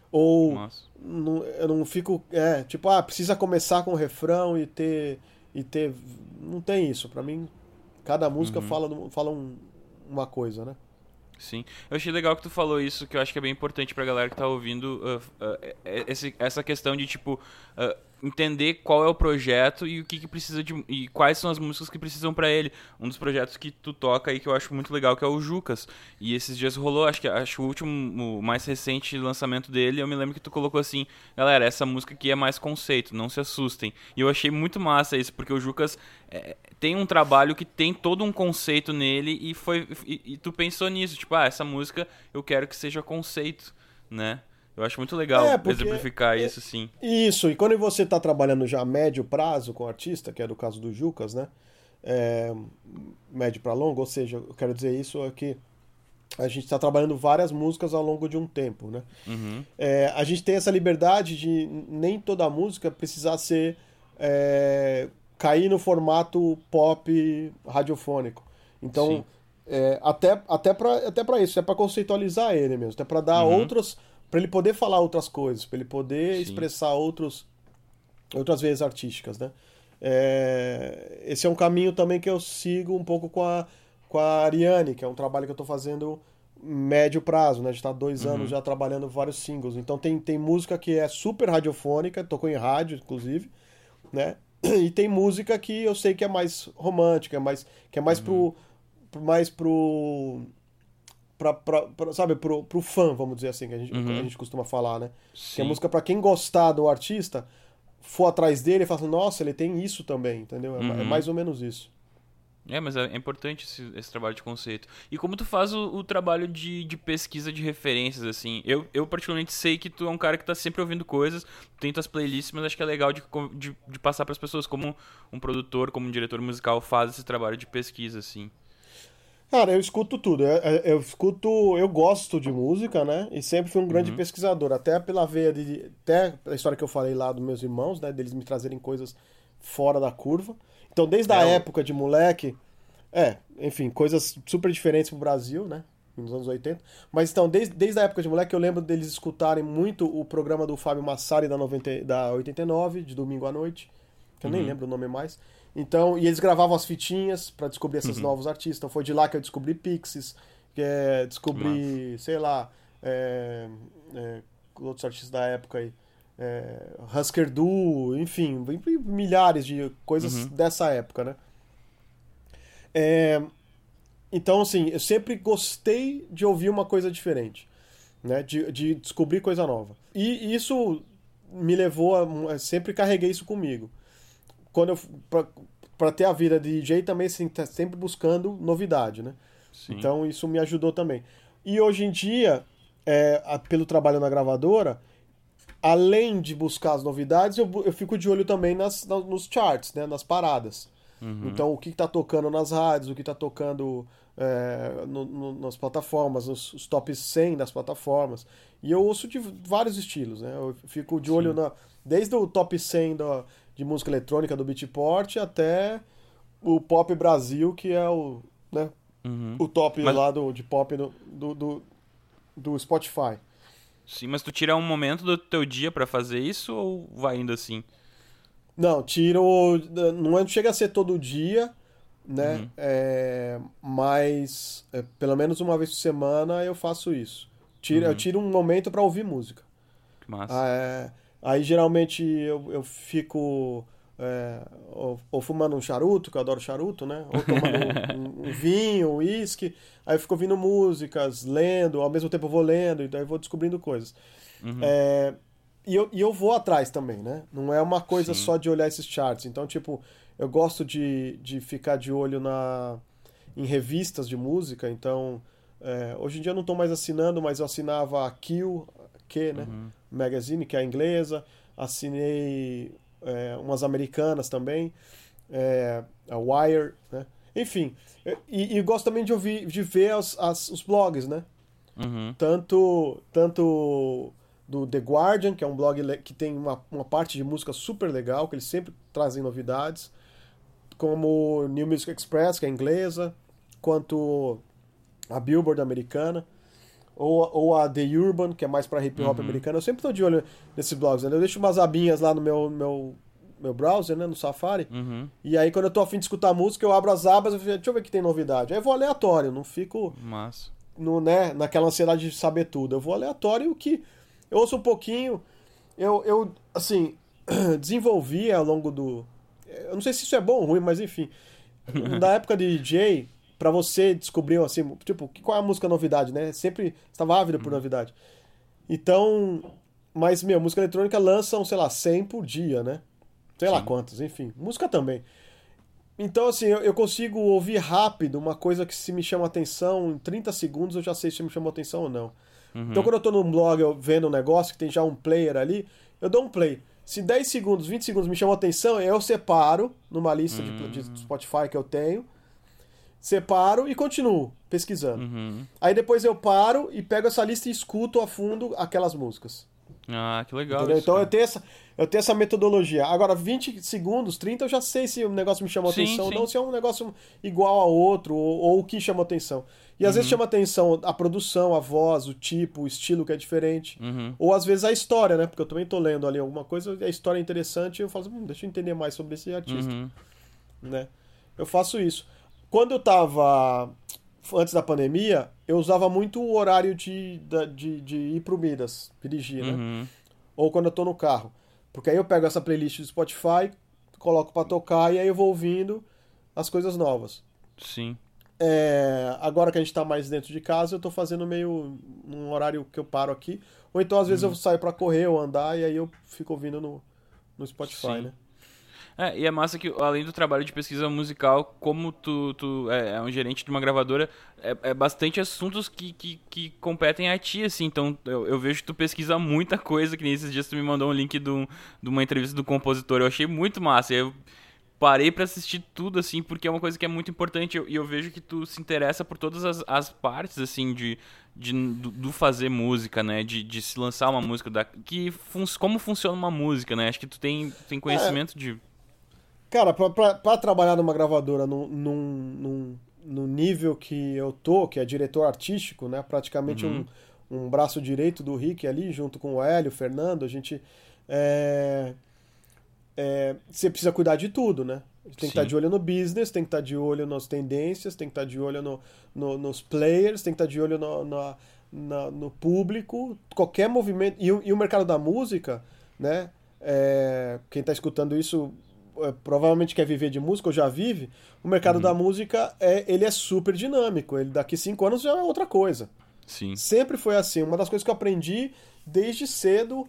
Ou Nossa. não, eu não fico, é, tipo, ah, precisa começar com o refrão e ter, e ter, não tem isso. Pra mim, cada música Uhum. fala, fala um, uma coisa, né? Sim. Eu achei legal que tu falou isso, que eu acho que é bem importante pra galera que tá ouvindo, uh, uh, esse, essa questão de, tipo, uh, entender qual é o projeto e o que, que precisa de... e quais são as músicas que precisam pra ele. Um dos projetos que tu toca aí que eu acho muito legal, que é o Jucas. E esses dias rolou, acho que acho o último, o mais recente lançamento dele, eu me lembro que tu colocou assim, galera, essa música aqui é mais conceito, não se assustem. E eu achei muito massa isso, porque o Jucas é, tem um trabalho que tem todo um conceito nele e, foi, e, e tu pensou nisso, tipo, ah, essa música eu quero que seja conceito, né? Eu acho muito legal É, porque exemplificar é- isso, sim. Isso, e quando você está trabalhando já a médio prazo com o artista, que é do caso do Jucas, né? É, médio para longo, ou seja, eu quero dizer isso é que a gente está trabalhando várias músicas ao longo de um tempo, né? Uhum, É, a gente tem essa liberdade de nem toda música precisar ser é, cair no formato pop radiofônico. Então, sim. é, até até para até para isso, é para conceitualizar ele mesmo, até para dar Uhum, outras, para ele poder falar outras coisas, para ele poder sim. expressar outros outras vezes artísticas, né? É, esse é um caminho também que eu sigo um pouco com a, com a Ariane, que é um trabalho que eu estou fazendo médio prazo, né? A gente está há dois anos Uhum, já trabalhando vários singles. Então tem, tem música que é super radiofônica, tocou em rádio, inclusive, né? E tem música que eu sei que é mais romântica, é mais, que é mais uhum, pro, pro- mais pro, pra, pra, pra- sabe, pro, pro fã, vamos dizer assim, que a gente, a uhum, gente costuma falar, né? Que é sim. música pra quem gostar do artista, for atrás dele e falar assim, nossa, ele tem isso também, entendeu? É, ma- é Uhum. mais ou menos isso. É, mas é é importante esse, esse trabalho de conceito. E como tu faz o, o trabalho de, de pesquisa de referências, assim? Eu, eu particularmente sei que tu é um cara que tá sempre ouvindo coisas, tem tuas playlists, mas acho que é legal de, co- de, de passar pras pessoas como um produtor, como um diretor musical faz esse trabalho de pesquisa, assim. Cara, eu escuto tudo. Eu, eu- eu escuto, eu gosto de música, né? E sempre fui um grande Uhum, pesquisador. Até pela veia de. Até a história que eu falei lá dos meus irmãos, né? Deles me trazerem coisas fora da curva. Então, desde a é, o... época de moleque. É, enfim, coisas super diferentes pro Brasil, né? Nos anos oitenta. Mas então, desde, desde a época de moleque, eu lembro deles escutarem muito o programa do Fábio Massari da, noventa, da oitenta e nove, de domingo à noite, que eu nem Uhum, lembro o nome mais. Então, e eles gravavam as fitinhas pra descobrir esses uhum, novos artistas. Então, foi de lá que eu descobri Pixies, que é, que massa. descobri, sei lá, é, é, outros artistas da época aí. É, Husker Du, enfim, milhares de coisas Uhum, dessa época, né? É, então, assim, eu sempre gostei de ouvir uma coisa diferente, né? De, de descobrir coisa nova. E isso me levou a. Sempre carreguei isso comigo. Quando eu. Pra, pra ter a vida de D J também, assim, tá sempre buscando novidade, né? sim. Então, isso me ajudou também. E hoje em dia, é, a- pelo trabalho na gravadora, além de buscar as novidades, eu, bu- eu fico de olho também nas, nas- nos charts, né? Nas paradas. Uhum, Então, o que está tocando nas rádios, o que está tocando é, no- no- nas plataformas, os, os top cem das plataformas. E eu ouço de vários estilos, né? Eu fico de olho sim. na, desde o top cem da, de música eletrônica do Beatport até o Pop Brasil, que é o, né, Uhum. o top Mas, lá do, de pop do, do, do, do Spotify. sim, mas tu tira um momento do teu dia pra fazer isso ou vai indo assim? Não, tiro. Não é- chega a ser todo dia, né? Uhum, É, mas é, pelo menos uma vez por semana eu faço isso. Tiro, eu uhum, tiro um momento pra ouvir música. que massa. Ah, é, aí geralmente eu, eu fico é, ou, ou fumando um charuto, que eu adoro charuto, né? Ou tomando um, um vinho, um uísque. Aí eu fico ouvindo músicas, lendo, ao mesmo tempo eu vou lendo, e daí eu vou descobrindo coisas. Uhum, É, e, eu, e eu vou atrás também, né? Não é uma coisa sim. só de olhar esses charts. Então, tipo, eu gosto de, de ficar de olho na, em revistas de música. Então, é, hoje em dia eu não estou mais assinando, mas eu assinava a Q, Q, né? Uhum, Magazine, que é a inglesa. Assinei é, umas americanas também, é, a Wire, né? Enfim, e, e gosto também de ouvir, de ver as, as- os blogs, né? uhum, Tanto, tanto do The Guardian, que é um blog le- que tem uma, uma parte de música super legal, que eles sempre trazem novidades, como New Music Express, que é inglesa, quanto a Billboard americana, ou, ou a The Urban, que é mais pra hip hop Uhum. americano. Eu sempre tô de olho nesses blogs, né? Eu deixo umas abinhas lá no meu, meu, meu browser, né? No Safari. Uhum. E aí, quando eu tô a fim de escutar música, eu abro as abas e falo, deixa eu ver o que tem novidade. Aí eu vou aleatório, não fico Massa. no, né, naquela ansiedade de saber tudo. Eu vou aleatório, o que eu ouço um pouquinho. Eu, eu assim, desenvolvi ao longo do... Eu não sei se isso é bom ou ruim, mas enfim. Na época de D J, pra você descobrir, assim, tipo, qual é a música novidade, né? Sempre estava ávido por novidade. Então, mas, meu, música eletrônica lançam, sei lá, cem por dia, né? Sei lá Sim. quantos, enfim. Música também. Então, assim, eu, eu consigo ouvir rápido uma coisa que se me chama atenção, em trinta segundos eu já sei se me chamou atenção ou não. Uhum. Então, quando eu tô num blog eu vendo um negócio que tem já um player ali, eu dou um play. Se dez segundos, vinte segundos me chamou atenção, eu separo numa lista de, Uhum. de Spotify que eu tenho, separo e continuo pesquisando. Uhum. Aí depois eu paro e pego essa lista e escuto a fundo aquelas músicas. Ah, que legal. Entendeu? isso, Então cara. eu tenho, essa, eu tenho essa metodologia. Agora, vinte segundos, trinta, eu já sei se o negócio me chamou Sim, atenção ou sim. não, se é um negócio igual a outro, ou, ou o que chamou atenção. E às Uhum. vezes chama atenção a produção, a voz, o tipo, o estilo que é diferente. Uhum. Ou às vezes a história, né? Porque eu também tô lendo ali alguma coisa, e a história é interessante, e eu falo assim, hum, deixa eu entender mais sobre esse artista. Uhum. Né? Eu faço isso. Quando eu tava antes da pandemia, eu usava muito o horário de, da- de, de ir pro Midas, dirigir, né? Uhum. Ou quando eu tô no carro. Porque aí eu pego essa playlist do Spotify, coloco pra tocar e aí eu vou ouvindo as coisas novas. Sim. É, agora que a gente tá mais dentro de casa, eu tô fazendo meio num horário que eu paro aqui. Ou então às vezes eu saio pra correr ou andar e aí eu fico ouvindo no, no Spotify, Sim. né? É, e é massa que, além do trabalho de pesquisa musical, como tu, tu é, é um gerente de uma gravadora, é, é bastante assuntos que, que, que competem a ti, assim. Então, eu, eu vejo que tu pesquisa muita coisa, que nem esses dias tu me mandou um link de, um- de uma entrevista do compositor. Eu achei muito massa. E eu parei pra assistir tudo, assim, porque é uma coisa que é muito importante. E eu, e eu vejo que tu se interessa por todas as, as partes, assim, de, de, do, do fazer música, né? De, de se lançar uma música, da, que fun, como funciona uma música, né? Acho que tu tem, tem conhecimento de... Cara, pra, pra, pra trabalhar numa gravadora num, num, num, no nível que eu tô, que é diretor artístico, né? Praticamente Uhum. um, um braço direito do Rick ali, junto com o Hélio, o Fernando, a gente. É, é, você precisa cuidar de tudo, né? Tem que Sim. estar de olho no business, tem que estar de olho nas tendências, tem que estar de olho no, no- nos players, tem que estar de olho no, na- na- no público, qualquer movimento. E, o- e o mercado da música, né? É, quem está escutando isso é, provavelmente quer viver de música ou já vive. O mercado da música é, ele é super dinâmico. Ele daqui cinco anos já é outra coisa. Sim. Sempre foi assim. Uma das coisas que eu aprendi desde cedo,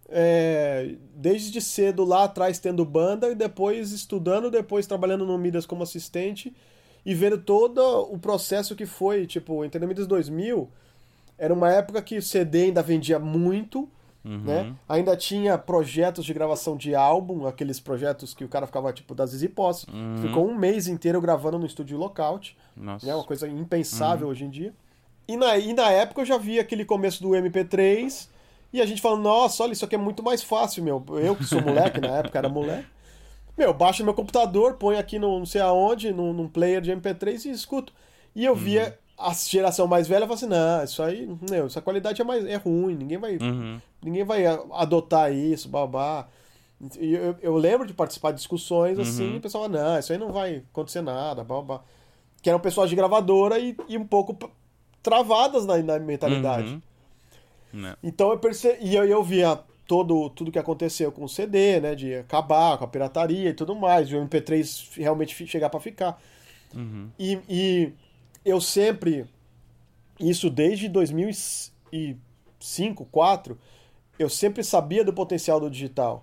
é, desde cedo lá atrás tendo banda e depois estudando, depois trabalhando no Midas como assistente e vendo todo o processo que foi, tipo, entre Midas dois mil, era uma época que o C D ainda vendia muito, Uhum. né? Ainda tinha projetos de gravação de álbum, aqueles projetos que o cara ficava tipo das Easy Posse, Uhum. ficou um mês inteiro gravando no estúdio Lookout, Nossa. né? Uma coisa impensável hoje em dia. E na, e na época eu já vi aquele começo do M P três e a gente falando, nossa, olha, isso aqui é muito mais fácil, meu. Eu que sou moleque, na época era moleque. Meu, baixo no meu computador, põe aqui no não sei aonde, num, num player de M P três e escuto. E eu via a geração mais velha e falava assim, não, isso aí, meu, essa qualidade é, mais, é ruim, ninguém vai, Uhum. ninguém vai adotar isso, babá. E eu, eu lembro de participar de discussões assim, e o pessoal, não, isso aí não vai acontecer nada, babá. Que eram pessoas de gravadora e, e um pouco p- travadas na, na mentalidade. Uhum. Né. Então eu percebi, e eu, eu via todo, tudo que aconteceu com o C D, né, de acabar com a pirataria e tudo mais, de o M P três realmente fi- chegar pra ficar. Uhum. E, e eu sempre, isso desde dois mil e cinco, dois mil e quatro, eu sempre sabia do potencial do digital.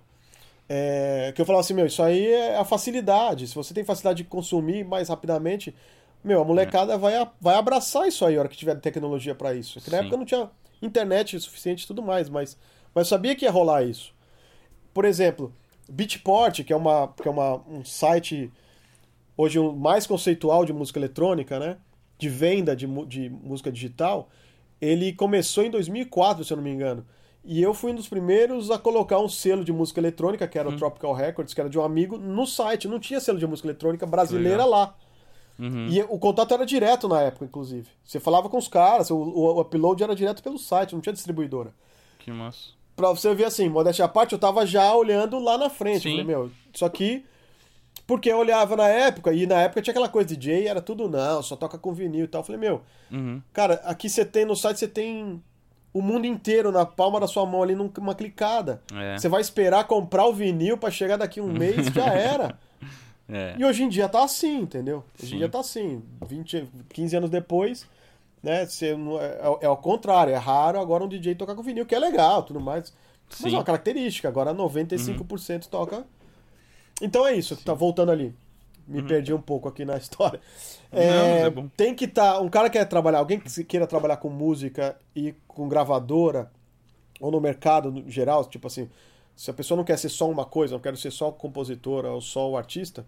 É, que eu falava assim, meu, isso aí é a facilidade. Se você tem facilidade de consumir mais rapidamente, meu, a molecada vai, a- vai abraçar isso aí a hora que tiver tecnologia pra isso. Que na Sim. época não tinha internet suficiente e tudo mais, mas, mas eu sabia que ia rolar isso. Por exemplo, Beatport, que é, uma, que é uma, um site hoje o mais conceitual de música eletrônica, né? De venda de, mu- de música digital, ele começou em dois mil e quatro, se eu não me engano. E eu fui um dos primeiros a colocar um selo de música eletrônica, que era o Tropical Records, que era de um amigo, no site. Não tinha selo de música eletrônica brasileira Legal. lá. Uhum. E o contato era direto na época, inclusive. Você falava com os caras, o, o, o upload era direto pelo site, não tinha distribuidora. Que massa. Pra você ver assim, modéstia à parte, eu tava já olhando lá na frente. Sim. Eu falei, meu, isso aqui... Porque eu olhava na época, e na época tinha aquela coisa de D J, era tudo não, só toca com vinil e tal. Eu falei, meu, Uhum. cara, aqui você tem, no site você tem o mundo inteiro na palma da sua mão ali numa clicada. É. Você vai esperar comprar o vinil pra chegar daqui um mês, já era. É. E hoje em dia tá assim, entendeu? Hoje Sim. em dia tá assim. vinte, quinze anos depois, né? Você não, é, é ao contrário, é raro agora um D J tocar com vinil, que é legal, tudo mais. Mas Sim. é uma característica. Agora noventa e cinco por cento toca. Então é isso, tá voltando ali. Me perdi um pouco aqui na história. Não, É, mas é bom. tem que estar. Tá, um cara quer trabalhar, alguém que queira trabalhar com música e com gravadora, ou no mercado no geral, tipo assim, se a pessoa não quer ser só uma coisa, não quer ser só compositora ou só o artista.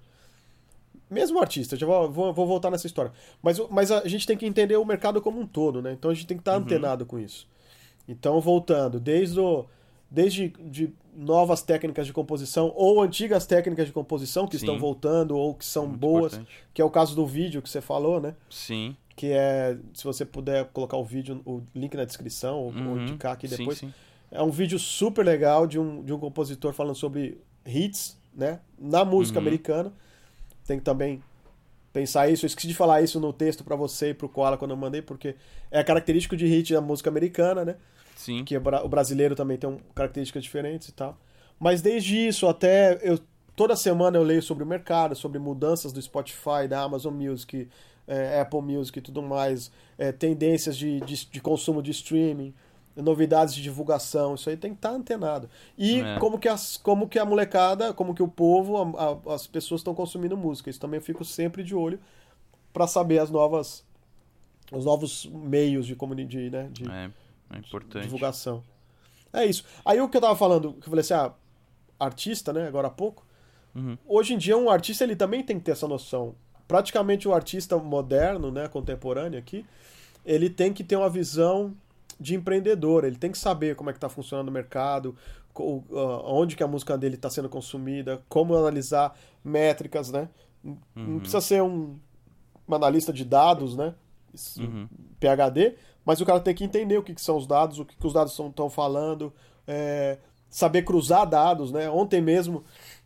Mesmo artista, já vou, vou, vou voltar nessa história. Mas, mas a gente tem que entender o mercado como um todo, né? Então a gente tem que estar Uhum. antenado com isso. Então, voltando, desde, o, desde de novas técnicas de composição ou antigas técnicas de composição que Sim. estão voltando ou que são Muito boas, importante. que é o caso do vídeo que você falou, né? Sim. Que é, se você puder colocar o vídeo, o link na descrição ou, ou Uhum. indicar aqui Sim, depois. sim. É um vídeo super legal de um, de um compositor falando sobre hits, né? Na música Uhum. americana. Tem que também pensar isso. Eu esqueci de falar isso no texto pra você e pro Koala quando eu mandei, porque é característico de hit da música americana, né? Sim. Que o brasileiro também tem um, características diferentes e tal. Mas desde isso até eu toda semana eu leio sobre o mercado, sobre mudanças do Spotify, da Amazon Music, é, Apple Music e tudo mais, é, tendências de, de, de consumo de streaming, novidades de divulgação, isso aí tem que estar antenado. E É. como, que as, como que a molecada, como que o povo, a, a, as pessoas estão consumindo música. Isso também eu fico sempre de olho para saber as novas, os novos meios de comunidade, né? De, É, é importante. divulgação. É isso. Aí o que eu tava falando, que eu falei assim, ah, artista, né, agora há pouco, Uhum. hoje em dia um artista ele também tem que ter essa noção. Praticamente o artista moderno, né, contemporâneo aqui, ele tem que ter uma visão de empreendedor, ele tem que saber como é que está funcionando o mercado, co- uh, onde que a música dele está sendo consumida, como analisar métricas, né? Não Uhum. precisa ser um, um analista de dados, né? Isso, Uhum. P H D, mas o cara tem que entender o que, que são os dados, o que, que os dados estão falando, é, saber cruzar dados, né? Ontem mesmo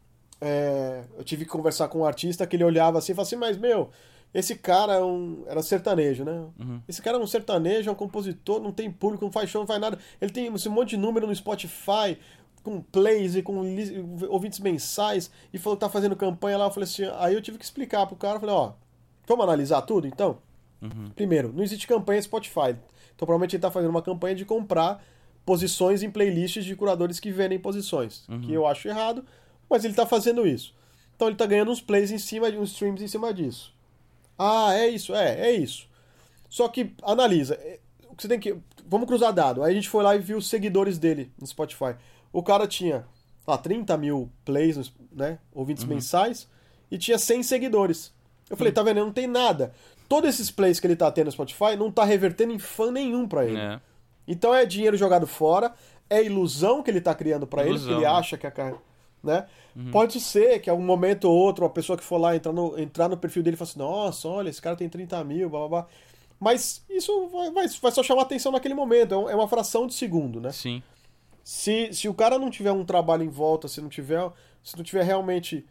é, eu tive que conversar com um artista que ele olhava assim e falava assim, mas meu, esse cara é um, era sertanejo, né? Uhum. Esse cara é um sertanejo, é um compositor, não tem público, não faz show, não faz nada. Ele tem esse monte de número no Spotify, com plays e com li- ouvintes mensais, e falou que tá fazendo campanha lá. Eu falei assim, aí eu tive que explicar pro cara, eu falei, ó, vamos analisar tudo então? Uhum. Primeiro, não existe campanha Spotify. Então provavelmente ele tá fazendo uma campanha de comprar posições em playlists de curadores que vendem posições, Uhum. que eu acho errado, mas ele tá fazendo isso. Então ele tá ganhando uns plays em cima, uns streams em cima disso. Ah, é isso, é, é isso. Só que analisa, é, o que você tem que, vamos cruzar dado. Aí a gente foi lá e viu os seguidores dele no Spotify. O cara tinha, lá, trinta mil plays, né, ouvintes mensais, e tinha cem seguidores. Eu falei, tá vendo, não tem nada. Todos esses plays que ele tá tendo no Spotify não tá revertendo em fã nenhum pra ele. É. Então é dinheiro jogado fora, é ilusão que ele tá criando pra ele, Ilusão, que ele né? acha que a car- né? Pode ser que em algum momento ou outro a pessoa que for lá entrar no, entrar no perfil dele e falar assim, nossa, olha, esse cara tem trinta mil, blá blá blá. Mas isso vai, vai, vai só chamar atenção naquele momento, é um- é uma fração de segundo, né? Sim. Se, se o cara não tiver um trabalho em volta, se não tiver, se não tiver realmente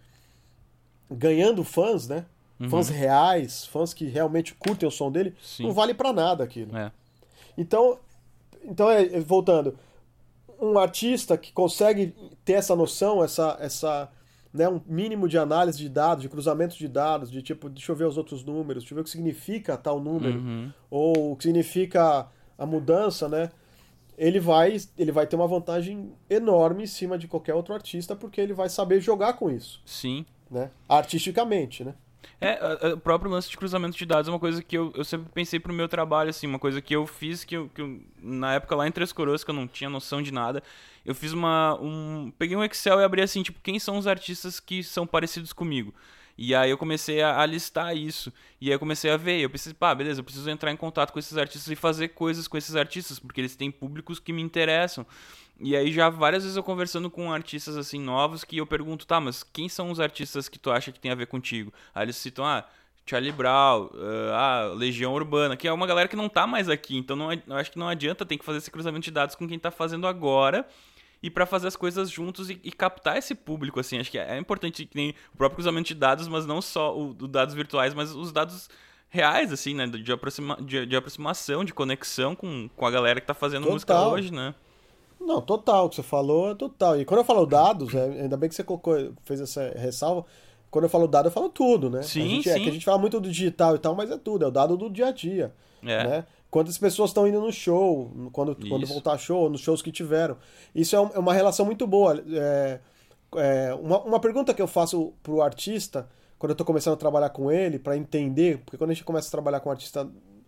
ganhando fãs, né? Fãs reais, fãs que realmente curtem o som dele, Sim. não vale pra nada aquilo. É. Então, então é, é, voltando, um artista que consegue ter essa noção, essa, essa, né, um mínimo de análise de dados, de cruzamento de dados, de tipo, deixa eu ver os outros números, deixa eu ver o que significa tal número, Uhum. ou o que significa a mudança, né? Ele vai, ele vai ter uma vantagem enorme em cima de qualquer outro artista, porque ele vai saber jogar com isso, Sim. né? Artisticamente, né? É, a- a- o próprio lance de cruzamento de dados é uma coisa que eu, eu sempre pensei pro meu trabalho, assim, uma coisa que eu fiz, que eu, que eu- na época lá em Três Coroas, que eu não tinha noção de nada, eu fiz uma, um, peguei um Excel e abri assim, tipo, quem são os artistas que são parecidos comigo? E aí eu comecei a, a listar isso, e aí eu comecei a ver, eu pensei, pá, beleza, eu preciso entrar em contato com esses artistas e fazer coisas com esses artistas, porque eles têm públicos que me interessam. E aí já várias vezes eu conversando com artistas assim novos que eu pergunto, tá, mas quem são os artistas que tu acha que tem a ver contigo? Aí eles citam, ah, Charlie Brown, uh, ah, Legião Urbana, que é uma galera que não tá mais aqui, então não, eu acho que não adianta, tem que fazer esse cruzamento de dados com quem tá fazendo agora e pra fazer as coisas juntos e, e captar esse público, assim, acho que é, é importante que nem o próprio cruzamento de dados, mas não só os dados virtuais, mas os dados reais, assim, né, de, aproxima, de, de aproximação, de conexão com, com a galera que tá fazendo Total. música hoje, né? Não, total, o que você falou é total. E quando eu falo dados, é, ainda bem que você colocou, fez essa ressalva, quando eu falo dado, eu falo tudo, né? Sim, a gente, sim. É que a gente fala muito do digital e tal, mas é tudo, é o dado do dia a dia, É. né? Quantas pessoas estão indo no show, quando, quando voltar show, nos shows que tiveram. Isso é, um, é uma relação muito boa. É, é, uma, uma pergunta que eu faço pro artista, quando eu tô começando a trabalhar com ele, para entender, porque quando a gente começa a trabalhar com um artista,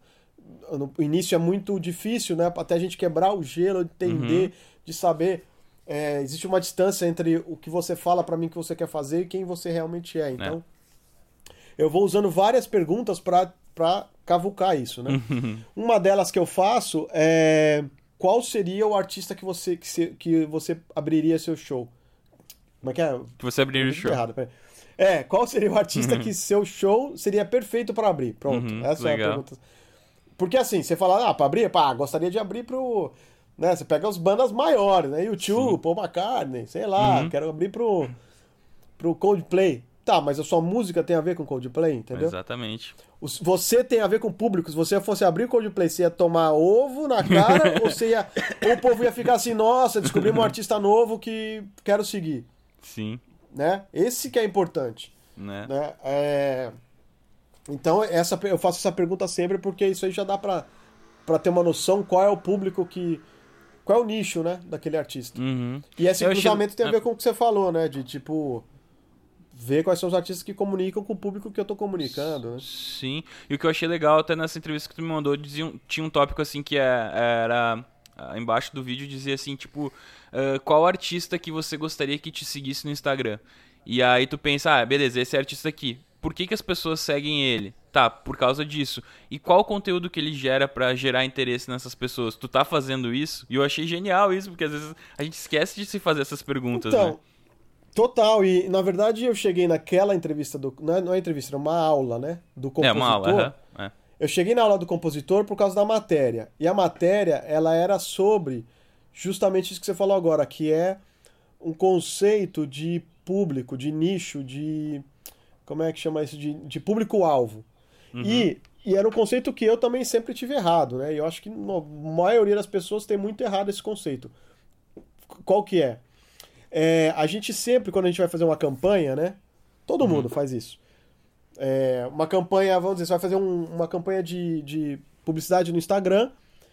no início é muito difícil, né? Até a gente quebrar o gelo, entender, uhum. de saber... É, existe uma distância entre o que você fala pra mim que você quer fazer e quem você realmente é. Então, é. eu vou usando várias perguntas pra, pra cavucar isso, né? Uma delas que eu faço é... Qual seria o artista que você, que, se, que você abriria seu show? Como é que é? Que você abriria o show. Errado, é, qual seria o artista que seu show seria perfeito pra abrir? Pronto, uhum, essa legal. é a pergunta. Porque assim, você fala, ah, pra abrir? Pá, gostaria de abrir pro... Né? Você pega as bandas maiores, né? U dois, Paul McCartney, sei lá, uhum. quero abrir pro, pro Coldplay. Tá, mas a sua música tem a ver com Coldplay, entendeu? Exatamente. Você tem a ver com o público. Se você fosse abrir o Coldplay, você ia tomar ovo na cara ou, você ia, ou o povo ia ficar assim, nossa, descobrimos um artista novo que quero seguir. Sim. Né? Esse que é importante. Né? Né? É... Então, essa, eu faço essa pergunta sempre porque isso aí já dá pra, pra ter uma noção qual é o público que... Qual é o nicho, né, daquele artista. Uhum. E esse eu cruzamento achei... tem a ver com o que você falou, né? De, tipo, ver quais são os artistas que comunicam com o público que eu tô comunicando, né? Sim. E o que eu achei legal, até nessa entrevista que tu me mandou, dizia, tinha um tópico, assim, que é, era... Embaixo do vídeo dizia assim, tipo... Uh, qual artista que você gostaria que te seguisse no Instagram? E aí tu pensa, ah, beleza, esse é artista aqui. Por que que as pessoas seguem ele? Tá, por causa disso. E qual o conteúdo que ele gera pra gerar interesse nessas pessoas? Tu tá fazendo isso? E eu achei genial isso, porque às vezes a gente esquece de se fazer essas perguntas, então, né? Total. E, na verdade, eu cheguei naquela entrevista do... Não é, não é entrevista, é uma aula, né? Do compositor. É, uma aula, uhum. é. Eu cheguei na aula do compositor por causa da matéria. E a matéria, ela era sobre justamente isso que você falou agora, que é um conceito de público, de nicho, de... Como é que chama isso? De, de público-alvo. Uhum. E, e era um conceito que eu também sempre tive errado, né? E eu acho que a maioria das pessoas tem muito errado esse conceito. Qual que é? É, a gente sempre, quando a gente vai fazer uma campanha, né? Todo uhum. mundo faz isso. É, uma campanha, vamos dizer, você vai fazer um, uma campanha de, de publicidade no Instagram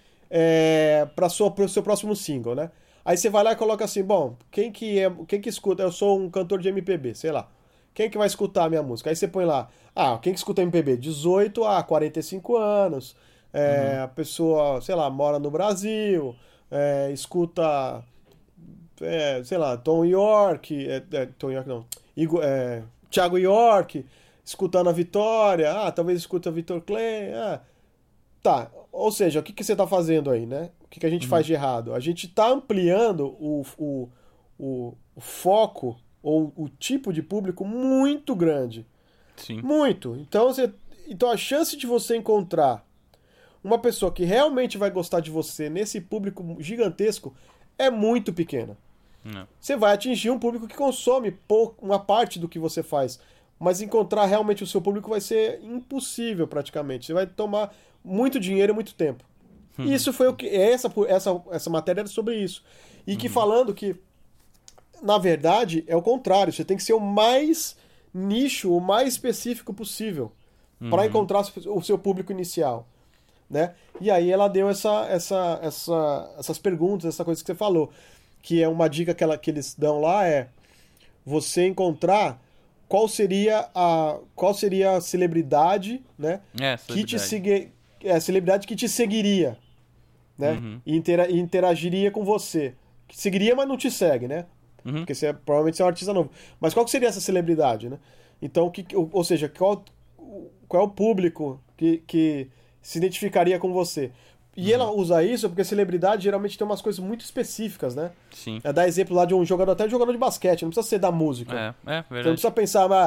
é, para o seu próximo single, né? Aí você vai lá e coloca assim, bom, quem que, é, quem que escuta? Eu sou um cantor de M P B, sei lá. Quem que vai escutar a minha música? Aí você põe lá, ah, quem que escuta M P B? dezoito a quarenta e cinco anos, é, uhum. a pessoa, sei lá, mora no Brasil, é, escuta, é, sei lá, Tom York, é, é, Tom York não, Igor, é, Thiago York, escutando a Vitória, ah, talvez escuta a Vitor Clay, ah, tá, ou seja, o que, que você tá fazendo aí, né? O que, que a gente uhum. faz de errado? A gente tá ampliando o, o, o, o foco ou o tipo de público muito grande. Sim. Muito. Então, você, então a chance de você encontrar uma pessoa que realmente vai gostar de você nesse público gigantesco é muito pequena. Não. Você vai atingir um público que consome pouco, uma parte do que você faz, mas encontrar realmente o seu público vai ser impossível praticamente. Você vai tomar muito dinheiro e muito tempo. Uhum. E isso foi o que... Essa, essa, essa matéria era sobre isso. E que uhum. falando que na verdade, é o contrário. Você tem que ser o mais nicho, o mais específico possível uhum. para encontrar o seu público inicial, né? E aí ela deu essa, essa, essa, essas perguntas, essa coisa que você falou, que é uma dica que, ela, que eles dão lá, é você encontrar qual seria a, qual seria a celebridade, né? É, celebridade. que te segui, é, celebridade que te seguiria, né? Uhum. E, intera, e interagiria com você. Que seguiria, mas não te segue, né? Uhum. Porque você é, provavelmente você é um artista novo. Mas qual que seria essa celebridade, né? Então, que, ou, ou seja, qual, qual é o público que, que se identificaria com você? E uhum. ela usa isso porque celebridade geralmente tem umas coisas muito específicas, né? Sim. É dar exemplo lá de um jogador, até um jogador de basquete, não precisa ser da música. É, é verdade. Você não precisa pensar, mas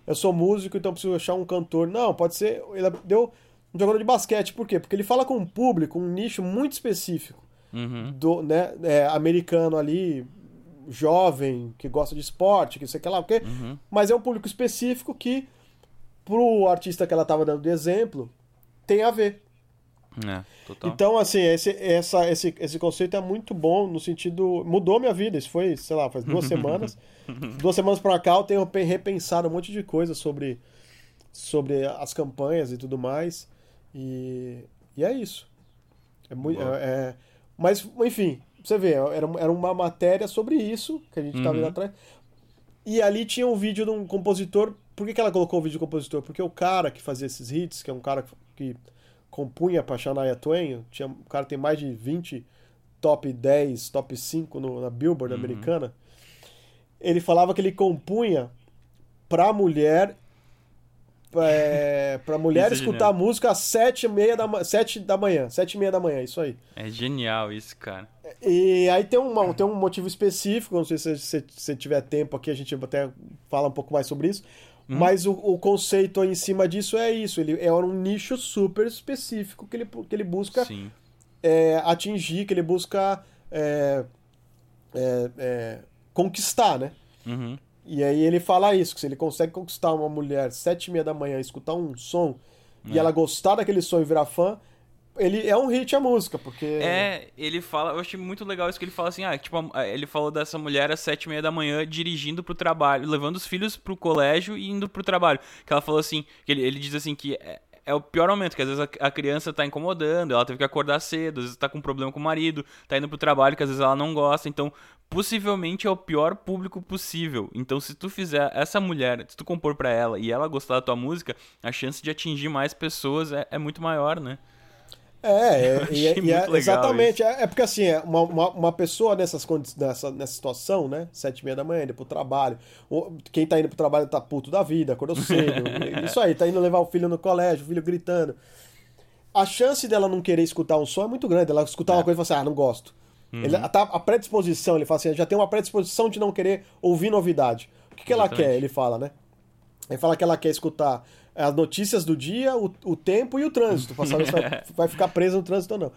eu sou músico, então preciso achar um cantor. Não, pode ser, ele deu um jogador de basquete, por quê? Porque ele fala com um público, um nicho muito específico, Uhum. do, né, é, americano ali, jovem, que gosta de esporte, que sei que lá o quê, Uhum. mas é um público específico que, pro artista que ela tava dando de exemplo, tem a ver. É, total. Então, assim, esse, essa, esse, esse conceito é muito bom no sentido... Mudou minha vida, isso foi, sei lá, faz duas semanas. Duas semanas pra cá eu tenho repensado um monte de coisa sobre, sobre as campanhas e tudo mais. E, e é isso. É muito, é, é- mas, enfim, você vê, era, era uma matéria sobre isso que a gente estava indo Uhum. atrás. E ali tinha um vídeo de um compositor. Por que que ela colocou o vídeo do compositor? Porque o cara que fazia esses hits, que é um cara que compunha pra Shania Twain, tinha, o cara tem mais de vinte top dez, top cinco no, na Billboard Uhum. americana. Ele falava que ele compunha pra mulher. É, pra mulher Isso é escutar genial. música às sete e meia da, ma- sete da manhã. Sete e meia da manhã, isso aí. É genial isso, cara. E aí tem, uma, tem um motivo específico, não sei se se se tiver tempo aqui, a gente até fala um pouco mais sobre isso, Hum? mas o, o conceito em cima disso é isso, ele é um nicho super específico que ele, que ele busca Sim. é, atingir, que ele busca é, é, é, conquistar, né? Uhum. E aí ele fala isso, que se ele consegue conquistar uma mulher sete e meia da manhã, escutar um som, e É. ela gostar daquele som e virar fã, ele é um hit a música, porque... É, ele fala, eu achei muito legal isso que ele fala assim, ah, tipo, a- ele falou dessa mulher às sete e meia da manhã dirigindo pro trabalho, levando os filhos pro colégio e indo pro trabalho. Que ela falou assim, que ele, ele diz assim que é, é o pior momento, que às vezes a, a criança tá incomodando, ela teve que acordar cedo, às vezes tá com problema com o marido, tá indo pro trabalho que às vezes ela não gosta, então possivelmente é o pior público possível. Então se tu fizer essa mulher, se tu compor pra ela e ela gostar da tua música, a chance de atingir mais pessoas é, é muito maior, né? É, Eu é, e é, achei e é- muito legal exatamente. É, é porque assim, é uma, uma, uma pessoa nessas, condi- nessa, nessa situação, né? Sete e meia da manhã, indo pro trabalho. Ou quem tá indo pro trabalho tá puto da vida, acordou cedo. Isso aí, tá indo levar o filho no colégio, o filho gritando. A chance dela não querer escutar um som é muito grande. Ela escutar uma É. coisa e falar assim, ah, não gosto. Uhum. Ele, a, tá- a predisposição, ele fala assim, já tem uma predisposição de não querer ouvir novidade. O que, que ela Exatamente. quer? Ele fala, né? Ele fala que ela quer escutar as notícias do dia, o, o tempo e o trânsito, pra saber se vai, vai ficar presa no trânsito ou não.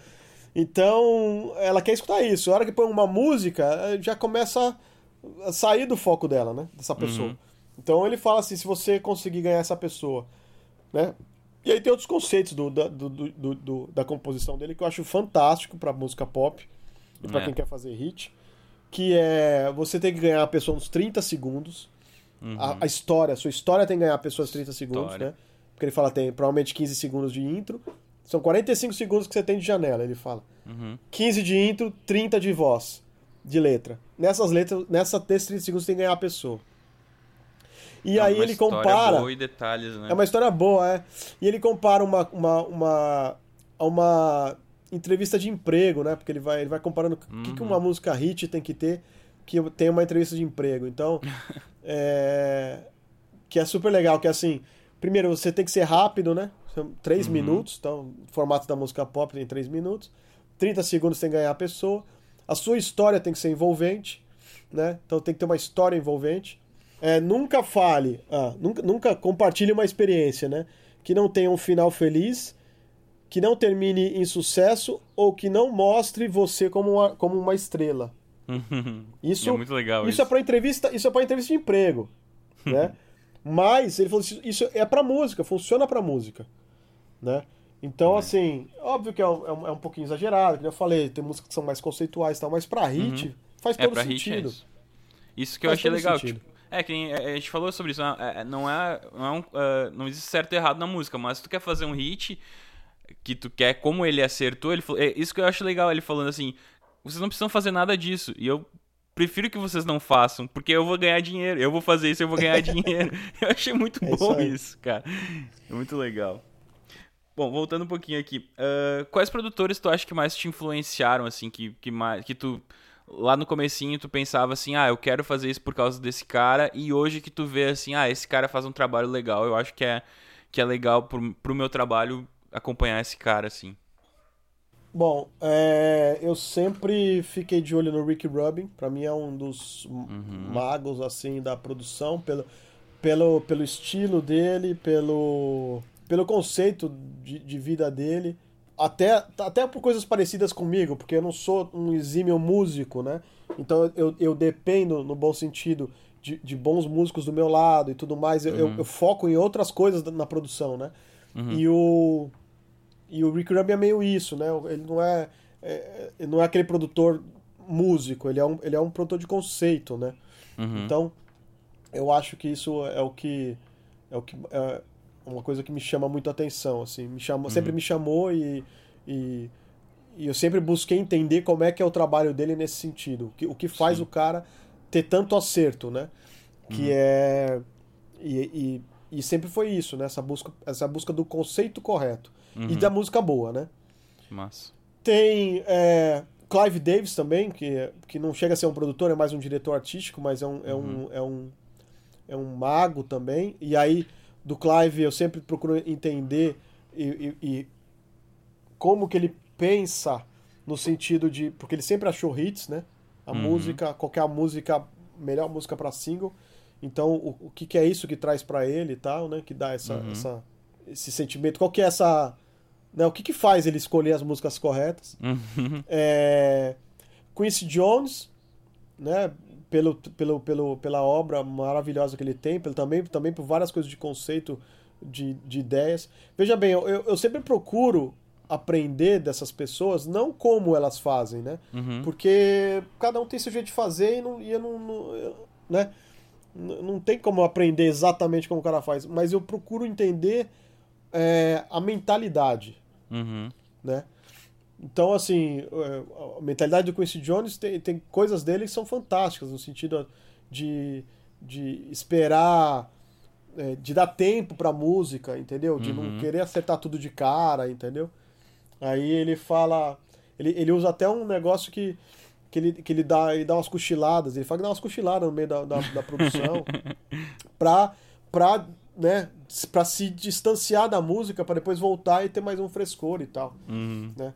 Então, ela quer escutar isso. A hora que põe uma música, eh, já começa a sair do foco dela, né? Dessa pessoa. Uhum. Então ele fala assim, se você conseguir ganhar essa pessoa, né? E aí tem outros conceitos do, da, do, do- do- do- da composição dele que eu acho fantástico pra música pop e pra É. quem quer fazer hit, que é você tem que ganhar a pessoa uns trinta segundos. A, a história, a sua história tem que ganhar a pessoa uns trinta segundos, História. né? Porque ele fala tem provavelmente quinze segundos de intro. São quarenta e cinco segundos que você tem de janela, ele fala. Uhum. quinze de intro, trinta de voz, de letra. Nessas letras, nessa desses trinta segundos você tem que ganhar a pessoa. E É aí uma ele história compara. boa e detalhes, né? É uma história boa, é. E ele compara uma, uma, uma, a uma entrevista de emprego, né? Porque ele vai, ele vai comparando o que, que uma música hit tem que ter, que tem uma entrevista de emprego. Então, é, que é super legal, que é assim, primeiro você tem que ser rápido, né? São três minutos, então o formato da música pop tem três minutos. trinta segundos tem que ganhar a pessoa. A sua história tem que ser envolvente, né? Então tem que ter uma história envolvente. É, nunca fale, ah, nunca, nunca compartilhe uma experiência, né? Que não tenha um final feliz, que não termine em sucesso ou que não mostre você como uma, como uma estrela. Isso é muito legal isso isso. é para entrevista, isso é para entrevista de emprego, né? Mas ele falou isso, isso é para música, funciona para música, né? Então, assim, óbvio que é um, é um, é um pouquinho exagerado, como eu falei, tem músicas que são mais conceituais e tal, mas pra hit faz É, todo pra hit é sentido. isso. Isso que eu Faz achei todo legal. sentido. Tipo, é, que nem, é, a gente falou sobre isso. Não é, não é, não, é um, ah, não existe certo e errado na música, mas se tu quer fazer um hit que tu quer, como ele acertou, ele falou, é isso que eu acho legal, ele falando assim, vocês não precisam fazer nada disso, e eu prefiro que vocês não façam, porque eu vou ganhar dinheiro, eu vou fazer isso, eu vou ganhar dinheiro. Eu achei muito É isso bom aí. isso, cara. É muito legal. Bom, voltando um pouquinho aqui, ah, quais produtores tu acha que mais te influenciaram, assim, que, que, mais, que tu, lá no comecinho, tu pensava assim, ah, eu quero fazer isso por causa desse cara, e hoje que tu vê assim, ah, esse cara faz um trabalho legal, eu acho que é, que é legal pro, pro meu trabalho acompanhar esse cara, assim. Bom, é, eu sempre fiquei de olho no Rick Rubin. Pra mim é um dos m- magos assim da produção, pelo, pelo, pelo estilo dele, pelo, pelo conceito de, de vida dele, até, até por coisas parecidas comigo, porque eu não sou um exímio músico, né? Então eu, eu dependo, no bom sentido, de, de bons músicos do meu lado e tudo mais. Eu, Uhum. eu, eu foco em outras coisas na produção, né? Uhum. E o, e o Rick Rubin é meio isso, né? Ele não é, é, ele não é aquele produtor músico, ele é um, ele é um produtor de conceito, né? Uhum. Então, eu acho que isso é o que é o que é uma coisa que me chama muito a atenção, assim, me chamou, Uhum. sempre me chamou e, e, e eu sempre busquei entender como é que é o trabalho dele nesse sentido, o que, o que faz Sim. o cara ter tanto acerto, né? Que Uhum. é e, e, e sempre foi isso, né? Essa busca, essa busca do conceito correto Uhum. e da música boa, né? Massa. Tem é, Clive Davis também, que, que não chega a ser um produtor, é mais um diretor artístico, mas é um, é Uhum. um, é um, é um mago também. E aí, do Clive, eu sempre procuro entender e, e, e como que ele pensa no sentido de... Porque ele sempre achou hits, né? A Uhum. música, qualquer música, melhor música para single. Então, o, o que, que é isso que traz para ele e tal, né? Que dá essa, Uhum. essa, esse sentimento. Qual que é essa... Né? O que, que faz ele escolher as músicas corretas? Uhum. É... Quincy Jones, né? Pelo, pelo, pelo, pela obra maravilhosa que ele tem, pelo, também, também por várias coisas de conceito, de, de ideias. Veja bem, eu, eu sempre procuro aprender dessas pessoas, não como elas fazem, né? Uhum. Porque cada um tem seu jeito de fazer e, não, e eu não, não, eu, né? Não tem como aprender exatamente como o cara faz, mas eu procuro entender é, a mentalidade, Uhum. né? Então, assim, a mentalidade do Quincy Jones tem, tem coisas dele que são fantásticas, no sentido de, de esperar, é, de dar tempo pra música, entendeu? De não Uhum. querer acertar tudo de cara, entendeu? Aí ele fala... Ele, ele usa até um negócio que, que, ele, que ele, dá, ele dá umas cochiladas, ele fala que dá umas cochiladas no meio da, da, da produção pra, pra, né, pra se distanciar da música, pra depois voltar e ter mais um frescor e tal, Uhum. né?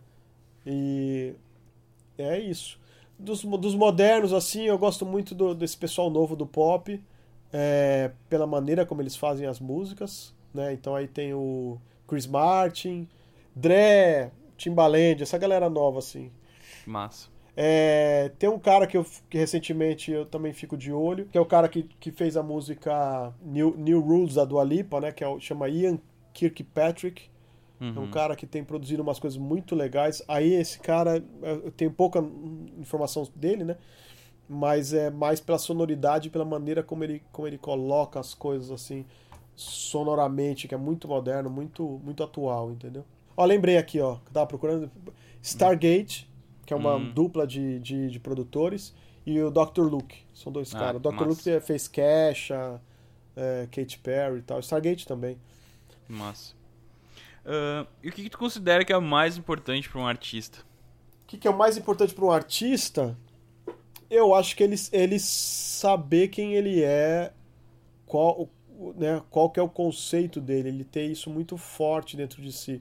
E é isso. Dos, dos modernos, assim, eu gosto muito do, desse pessoal novo do pop, é, pela maneira como eles fazem as músicas, né? Então aí tem o Chris Martin, Dre, Timbaland, essa galera nova, assim. Massa. É, tem um cara que, eu, que recentemente eu também fico de olho, que é o cara que, que fez a música New, New Rules da Dua Lipa, né? Que é o, chama Ian Kirkpatrick. É um Uhum. cara que tem produzido umas coisas muito legais. Aí esse cara, eu tenho pouca informação dele, né? Mas é mais pela sonoridade, pela maneira como ele, como ele coloca as coisas assim, sonoramente, que é muito moderno, muito, muito atual, entendeu? Ó, lembrei aqui, ó, que eu tava procurando. Stargate, que é uma Hum. dupla de, de, de produtores, e o doutor Luke. São dois Ah, caras. O doutor massa. Luke fez Kesha, é, Katy Perry e tal. Stargate também. Massa. Ah, e o que, que tu considera que é o mais importante pra um artista? O que, que é o mais importante para um artista? Eu acho que ele, ele saber quem ele é, qual, né, qual que é o conceito dele, ele ter isso muito forte dentro de si.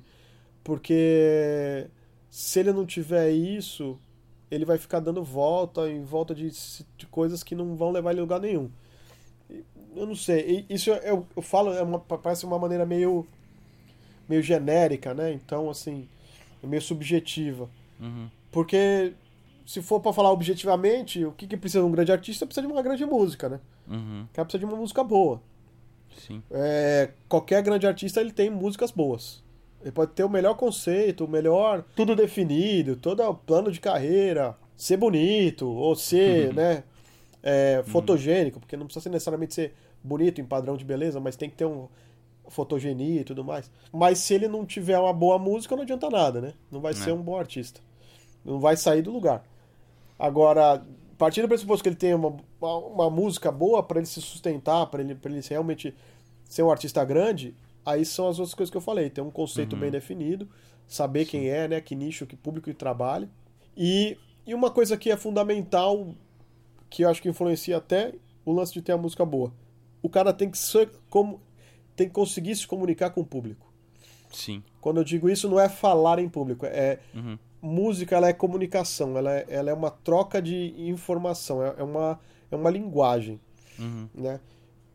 Porque se ele não tiver isso, ele vai ficar dando volta em volta de, de coisas que não vão levar ele a lugar nenhum. Eu não sei, isso eu, eu falo, é uma, parece uma maneira meio, meio genérica, né? Então, assim, é meio subjetiva. Uhum. Porque se for pra falar objetivamente, o que, que precisa de um grande artista? Precisa de uma grande música, né? Uhum. O cara precisa de uma música boa. Sim. É, qualquer grande artista ele tem músicas boas. Ele pode ter o melhor conceito, o melhor, tudo definido, todo o plano de carreira, ser bonito, ou ser, né, é, fotogênico, porque não precisa ser necessariamente ser bonito em padrão de beleza, mas tem que ter um fotogenia e tudo mais. Mas se ele não tiver uma boa música, não adianta nada, né? Não vai É. ser um bom artista. Não vai sair do lugar. Agora, partindo do pressuposto que ele tenha uma, uma, uma música boa para ele se sustentar, para ele, pra ele realmente ser um artista grande, aí são as outras coisas que eu falei. Ter um conceito Uhum. bem definido, saber quem é, né, que nicho, que público ele trabalha. E, e uma coisa que é fundamental, que eu acho que influencia até o lance de ter a música boa. O cara tem que, ser, como, tem que conseguir se comunicar com o público. Sim. Quando eu digo isso, não é falar em público, é... Uhum. Música, ela é comunicação, ela é, ela é uma troca de informação, é, é uma, é uma linguagem, Uhum. né?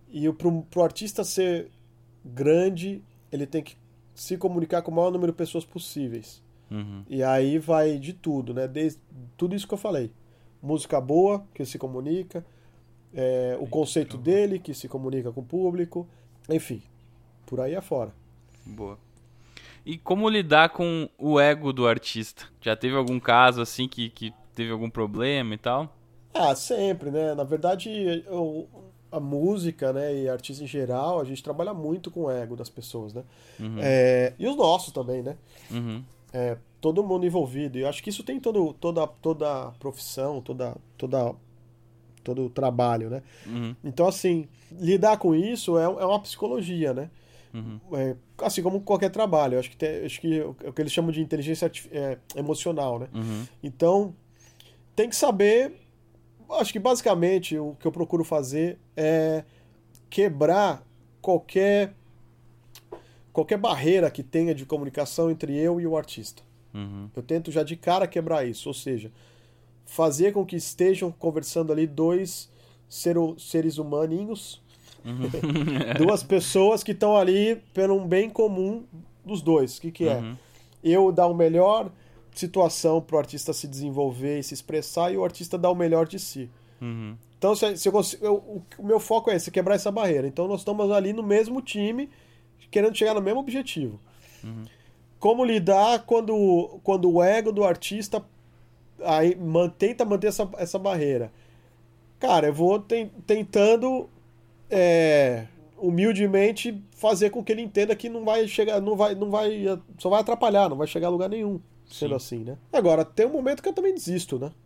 E pro, pro artista ser grande, ele tem que se comunicar com o maior número de pessoas possíveis. Uhum. E aí vai de tudo, né? Desde tudo isso que eu falei. Música boa, que se comunica, é, o conceito dele, que se comunica com o público, enfim, por aí afora. Boa. E como lidar com o ego do artista? Já teve algum caso assim que, que teve algum problema e tal? Ah, sempre, né? Na verdade, eu, a música, né, e artista em geral, a gente trabalha muito com o ego das pessoas, né? Uhum. É, e os nossos também, né? Uhum. É, todo mundo envolvido. E eu acho que isso tem todo, toda, toda profissão, toda, toda, todo o trabalho, né? Uhum. Então, assim, lidar com isso é, é uma psicologia, né? Uhum. É, assim como qualquer trabalho. Eu acho que, tem, acho que é o que eles chamam de inteligência artif- é, emocional, né? Uhum. Então, tem que saber. Acho que basicamente o que eu procuro fazer é quebrar qualquer qualquer barreira que tenha de comunicação entre eu e o artista. Uhum. Eu tento já de cara quebrar isso, ou seja, fazer com que estejam conversando ali dois ser, seres humaninhos, Uhum. duas pessoas que estão ali pelo um bem comum dos dois. O que, que é? Uhum. Eu dar o melhor situação para o artista se desenvolver e se expressar e o artista dar o melhor de si. Uhum. Então, se, se eu consigo, eu, o, o meu foco é esse, quebrar essa barreira. Então, nós estamos ali no mesmo time, querendo chegar no mesmo objetivo. Uhum. Como lidar quando, quando o ego do artista aí, man, tenta manter essa, essa barreira? Cara, eu vou ten, tentando é, humildemente fazer com que ele entenda que não vai chegar, não vai, não vai, só vai atrapalhar, não vai chegar a lugar nenhum, sendo Sim. assim, né? Agora, tem um momento que eu também desisto, né?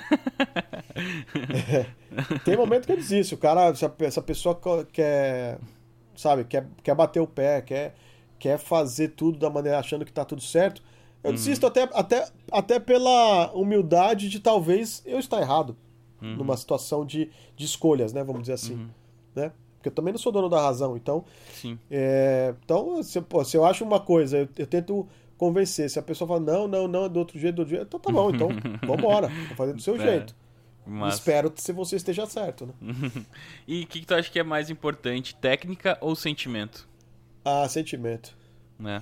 é, tem momento que eu desisto. O cara, essa, essa pessoa quer, sabe, quer, quer bater o pé, quer, quer fazer tudo da maneira achando que tá tudo certo. Eu Uhum. desisto até, até, até pela humildade de talvez eu estar errado Uhum. numa situação de, de escolhas, né? Vamos dizer assim, Uhum. né? Porque eu também não sou dono da razão. Então, Sim. é, então se, pô, se eu acho uma coisa, eu, eu tento convencer. Se a pessoa fala, não, não, não, é do outro jeito, do outro jeito, então tá bom, então vambora, vou fazer do seu É, jeito. massa. Espero que você esteja certo, né? E o que, que tu acha que é mais importante, técnica ou sentimento? Ah, sentimento. Né?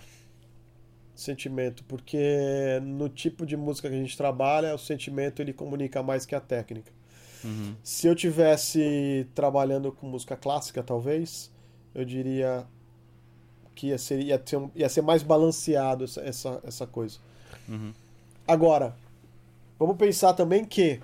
Sentimento, porque no tipo de música que a gente trabalha, o sentimento ele comunica mais que a técnica. Uhum. Se eu tivesse trabalhando com música clássica, talvez, eu diria que ia ser, ia ser, ia ser mais balanceado essa, essa, essa coisa. Uhum. Agora, vamos pensar também que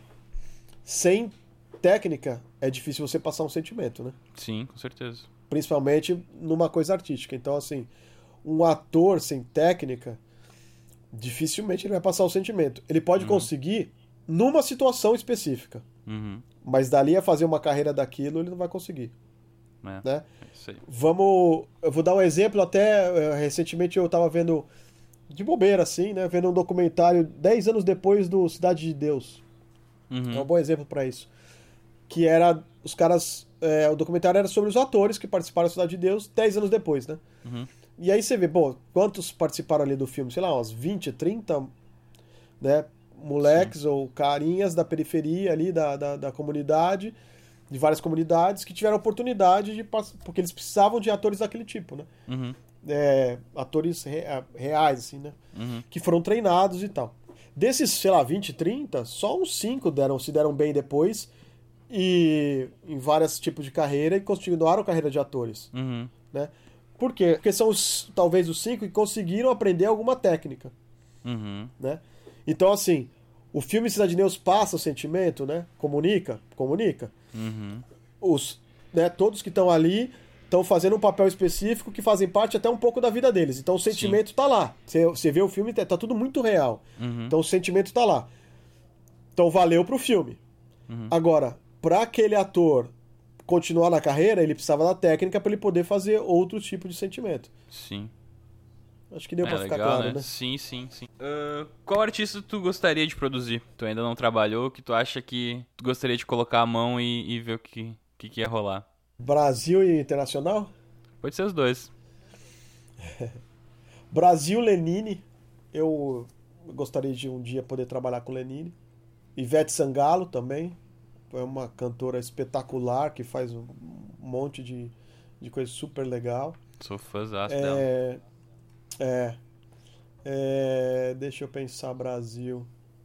sem técnica é difícil você passar um sentimento, né? Sim, com certeza. Principalmente numa coisa artística. Então, assim, um ator sem técnica, dificilmente ele vai passar o sentimento. Ele pode Uhum. conseguir numa situação específica, Uhum. mas dali a fazer uma carreira daquilo ele não vai conseguir, É, né? é isso aí. Vamos, eu vou dar um exemplo. Até eh, recentemente eu tava vendo de bobeira assim, né, vendo um documentário dez anos depois do Cidade de Deus. Uhum. É um bom exemplo para isso. Que era os caras, é, o documentário era sobre os atores que participaram da Cidade de Deus dez anos depois, né? Uhum. E aí você vê, pô, quantos participaram ali do filme? Sei lá, uns vinte, trinta, né? Moleques Sim. ou carinhas da periferia ali, da, da, da comunidade, de várias comunidades, que tiveram oportunidade de passar, porque eles precisavam de atores daquele tipo, né? Uhum. É, atores re, reais, assim, né? Uhum. Que foram treinados e tal. Desses, sei lá, vinte, trinta, só uns cinco deram, se deram bem depois e em vários tipos de carreira e continuaram carreira de atores, Uhum. né? Por quê? Porque são os, talvez os cinco que conseguiram aprender alguma técnica, Uhum. né? Então, assim, o filme Cidade de Deus passa o sentimento, né? Comunica, comunica. Uhum. Os, né, todos que estão ali estão fazendo um papel específico que fazem parte até um pouco da vida deles. Então o sentimento Sim. tá lá. Você, você vê o filme, tá, tá tudo muito real. Uhum. Então o sentimento tá lá. Então valeu pro filme. Uhum. Agora, para aquele ator continuar na carreira, ele precisava da técnica para ele poder fazer outro tipo de sentimento. Sim. Acho que deu é, pra ficar legal, claro, né? né? Sim, sim, sim. Uh, qual artista tu gostaria de produzir? Tu ainda não trabalhou, que tu acha que tu gostaria de colocar a mão e, e ver o que, que, que ia rolar? Brasil e internacional? Pode ser os dois. Brasil, Lenine. Eu gostaria de um dia poder trabalhar com Lenine. Ivete Sangalo também. É uma cantora espetacular que faz um monte de, de coisa super legal. Sou fãzaço dela. É, é, é, deixa eu pensar, Brasil.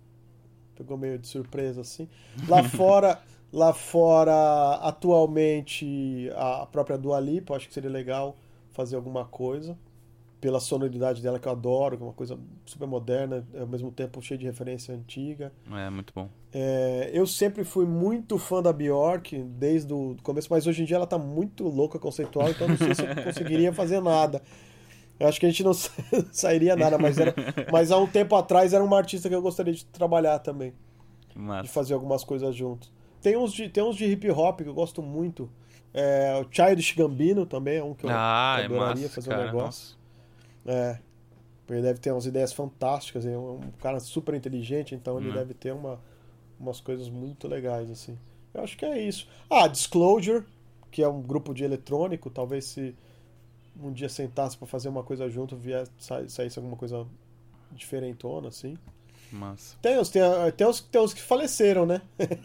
Pegou meio de surpresa, assim. Lá fora, lá fora, atualmente, a própria Dua Lipa, acho que seria legal fazer alguma coisa. Pela sonoridade dela, que eu adoro, que é uma coisa super moderna, ao mesmo tempo cheia de referência antiga. É, muito bom. É, eu sempre fui muito fã da Bjork, desde o começo, mas hoje em dia ela tá muito louca, conceitual, então não sei se eu conseguiria fazer nada. Eu acho que a gente não sairia nada, mas, era, mas há um tempo atrás era uma artista que eu gostaria de trabalhar também. Massa. De fazer algumas coisas juntos. Tem uns de, tem uns de hip hop que eu gosto muito. É, o Childish Gambino também é um que eu, ah, que eu adoraria é massa, fazer cara, um negócio. Nossa. É, ele deve ter umas ideias fantásticas, é um cara super inteligente, então ele Hum. deve ter uma, umas coisas muito legais, assim. Eu acho que é isso. Ah, Disclosure, que é um grupo de eletrônico, talvez se um dia sentasse pra fazer uma coisa junto, viesse, sa- saísse alguma coisa diferentona, assim. Massa. Tem uns, tem, tem uns, tem uns que faleceram, né?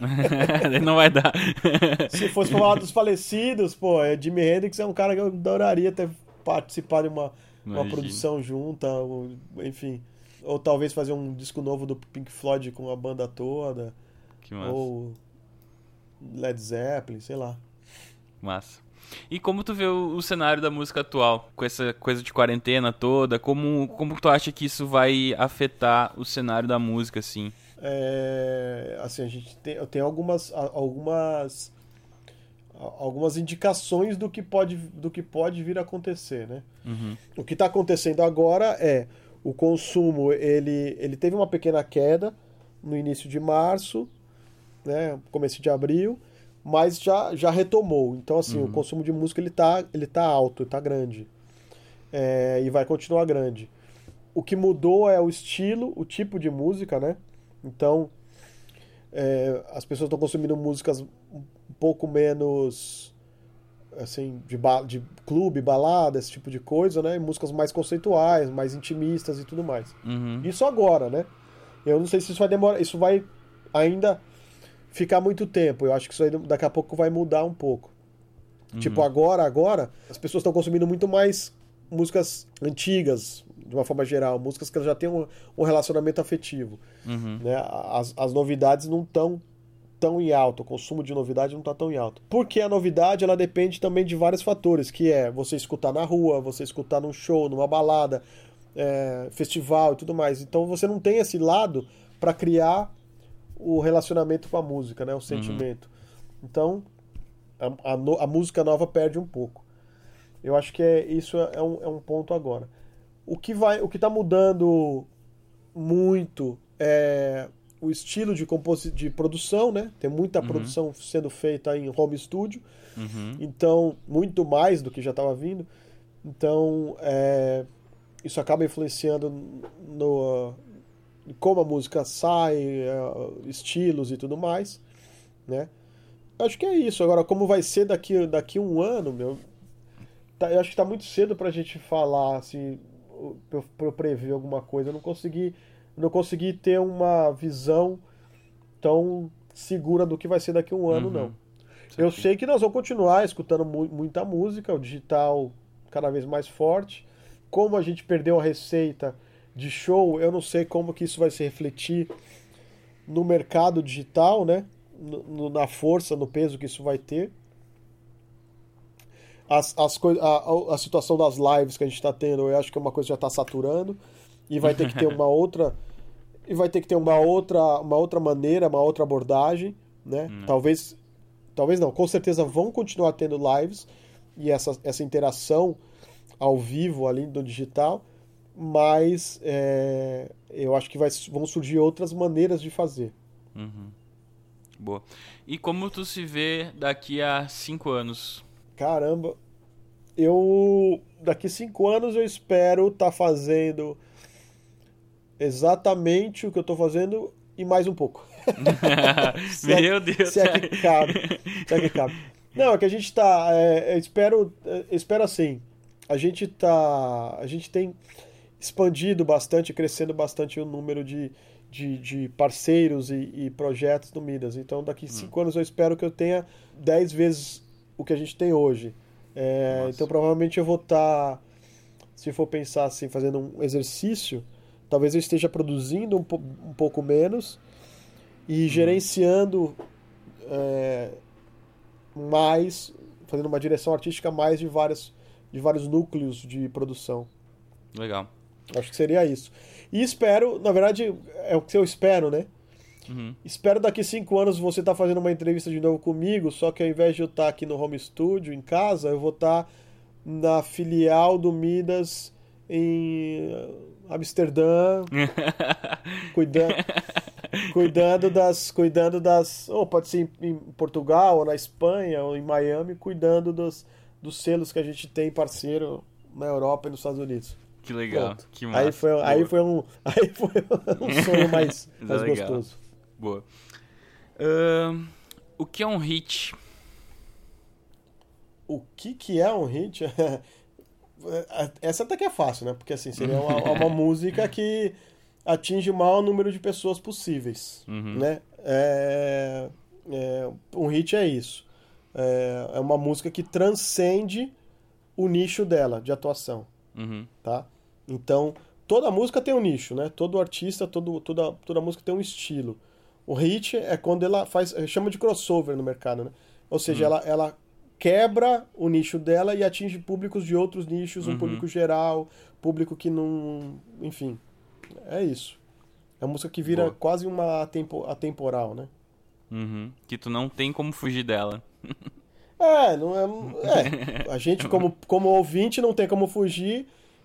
Não vai dar. Se fosse pra falar dos falecidos, pô, é, Jimi Hendrix é um cara que eu adoraria ter participado de uma, uma Imagino. produção junta, ou, enfim. Ou talvez fazer um disco novo do Pink Floyd com a banda toda. Que massa. Ou Led Zeppelin, sei lá. Massa. E como tu vê o, o cenário da música atual, com essa coisa de quarentena toda, como, como tu acha que isso vai afetar o cenário da música, assim? É, assim, a gente tem, eu tenho algumas, a- algumas, a- algumas indicações do que pode, do que pode vir a acontecer, né? Uhum. O que está acontecendo agora é o consumo, ele, ele teve uma pequena queda no início de março, né, começo de abril, mas já, já retomou. Então, assim, Uhum. o consumo de música ele tá, ele tá alto, tá grande. É, e vai continuar grande. O que mudou é o estilo, o tipo de música, né? Então, é, as pessoas estão consumindo músicas um pouco menos, assim, de, ba- de clube, balada, esse tipo de coisa, né? E músicas mais conceituais, mais intimistas e tudo mais. Uhum. Isso agora, né? Eu não sei se isso vai demorar, isso vai ainda ficar muito tempo. Eu acho que isso aí daqui a pouco vai mudar um pouco. Tipo, agora, agora, as pessoas estão consumindo muito mais músicas antigas, de uma forma geral, músicas que já têm um, um relacionamento afetivo. Uhum. Né? As, as novidades não estão tão em alta, o consumo de novidade não está tão em alta. Porque a novidade, ela depende também de vários fatores, que é você escutar na rua, você escutar num show, numa balada, é, festival e tudo mais. Então você não tem esse lado para criar o relacionamento com a música, né? O sentimento. Então, a, a, no- a música nova perde um pouco. Eu acho que é, isso é um, é um ponto agora. O que vai, o que está mudando muito é o estilo de, composi de produção, né? Tem muita produção sendo feita em home studio, Uhum. então muito mais do que já estava vindo. Então, é, isso acaba influenciando no em como a música sai, é, estilos e tudo mais, né? Acho que é isso. Agora, como vai ser daqui daqui um ano, meu, tá- eu acho que tá muito cedo pra gente falar, assim, pra eu, pra eu prever alguma coisa. Eu não consegui, não consegui ter uma visão tão segura do que vai ser daqui a um ano, Uhum. não. Eu Saquei. sei que nós vamos continuar escutando mu- muita música, o digital cada vez mais forte. Como a gente perdeu a receita de show, eu não sei como que isso vai se refletir no mercado digital, né? No- no- na força, no peso que isso vai ter. As, as coi- a, a- a situação das lives que a gente está tendo, eu acho que é uma coisa que já está saturando e vai ter que ter uma outra e vai ter que ter uma outra uma outra maneira, uma outra abordagem, né? Talvez talvez não, com certeza vão continuar tendo lives e essa, essa interação ao vivo ali no digital, mas é, eu acho que vai, vão surgir outras maneiras de fazer. Boa. E como tu se vê daqui a cinco anos? Caramba, eu daqui cinco anos eu espero estar fazendo exatamente o que eu estou fazendo e mais um pouco. Se é- Meu Deus. se é que cabe. Se é que cabe. Não, é que a gente tá. É, eu espero, é, eu espero assim. A gente tá. A gente tem expandido bastante, crescendo bastante o número de, de, de parceiros e, e projetos do Midas. Então, daqui cinco anos eu espero que eu tenha dez vezes o que a gente tem hoje. É, então provavelmente eu vou estar, tá, se for pensar assim, fazendo um exercício, talvez eu esteja produzindo um, po um pouco menos e uhum. gerenciando é, mais, fazendo uma direção artística mais de, várias, de vários núcleos de produção. Legal. Acho que seria isso. E espero, na verdade, é o que eu espero, né? Uhum. Espero daqui cinco anos você estar tá fazendo uma entrevista de novo comigo, só que ao invés de eu estar tá aqui no home studio, em casa, eu vou estar tá na filial do Midas em Amsterdã, cuidando, cuidando das, cuidando das, ou pode ser em, em Portugal, ou na Espanha, ou em Miami, cuidando dos, dos selos que a gente tem parceiro na Europa e nos Estados Unidos. Que legal, Pronto. que massa. Aí foi, aí foi um, aí foi um sonho mais, mais gostoso. Boa. Uh, o que é um hit? O que que é um hit? Essa até que é fácil, né? Porque assim, seria uma, uma música que atinge o maior número de pessoas possíveis, uhum. né? É, é, um hit é isso. É, é uma música que transcende o nicho dela, de atuação. Uhum. Tá? Então, toda música tem um nicho, né? Todo artista, todo, toda, toda música tem um estilo. O hit é quando ela faz, chama de crossover no mercado, né? Ou seja, uhum. ela, ela quebra o nicho dela e atinge públicos de outros nichos, um uhum. público geral, público que não... Enfim, é isso. É uma música que vira Boa. quase uma atempo, atemporal, né? Uhum. Que tu não tem como fugir dela. É, não é, é. A gente, como, como ouvinte, não tem como fugir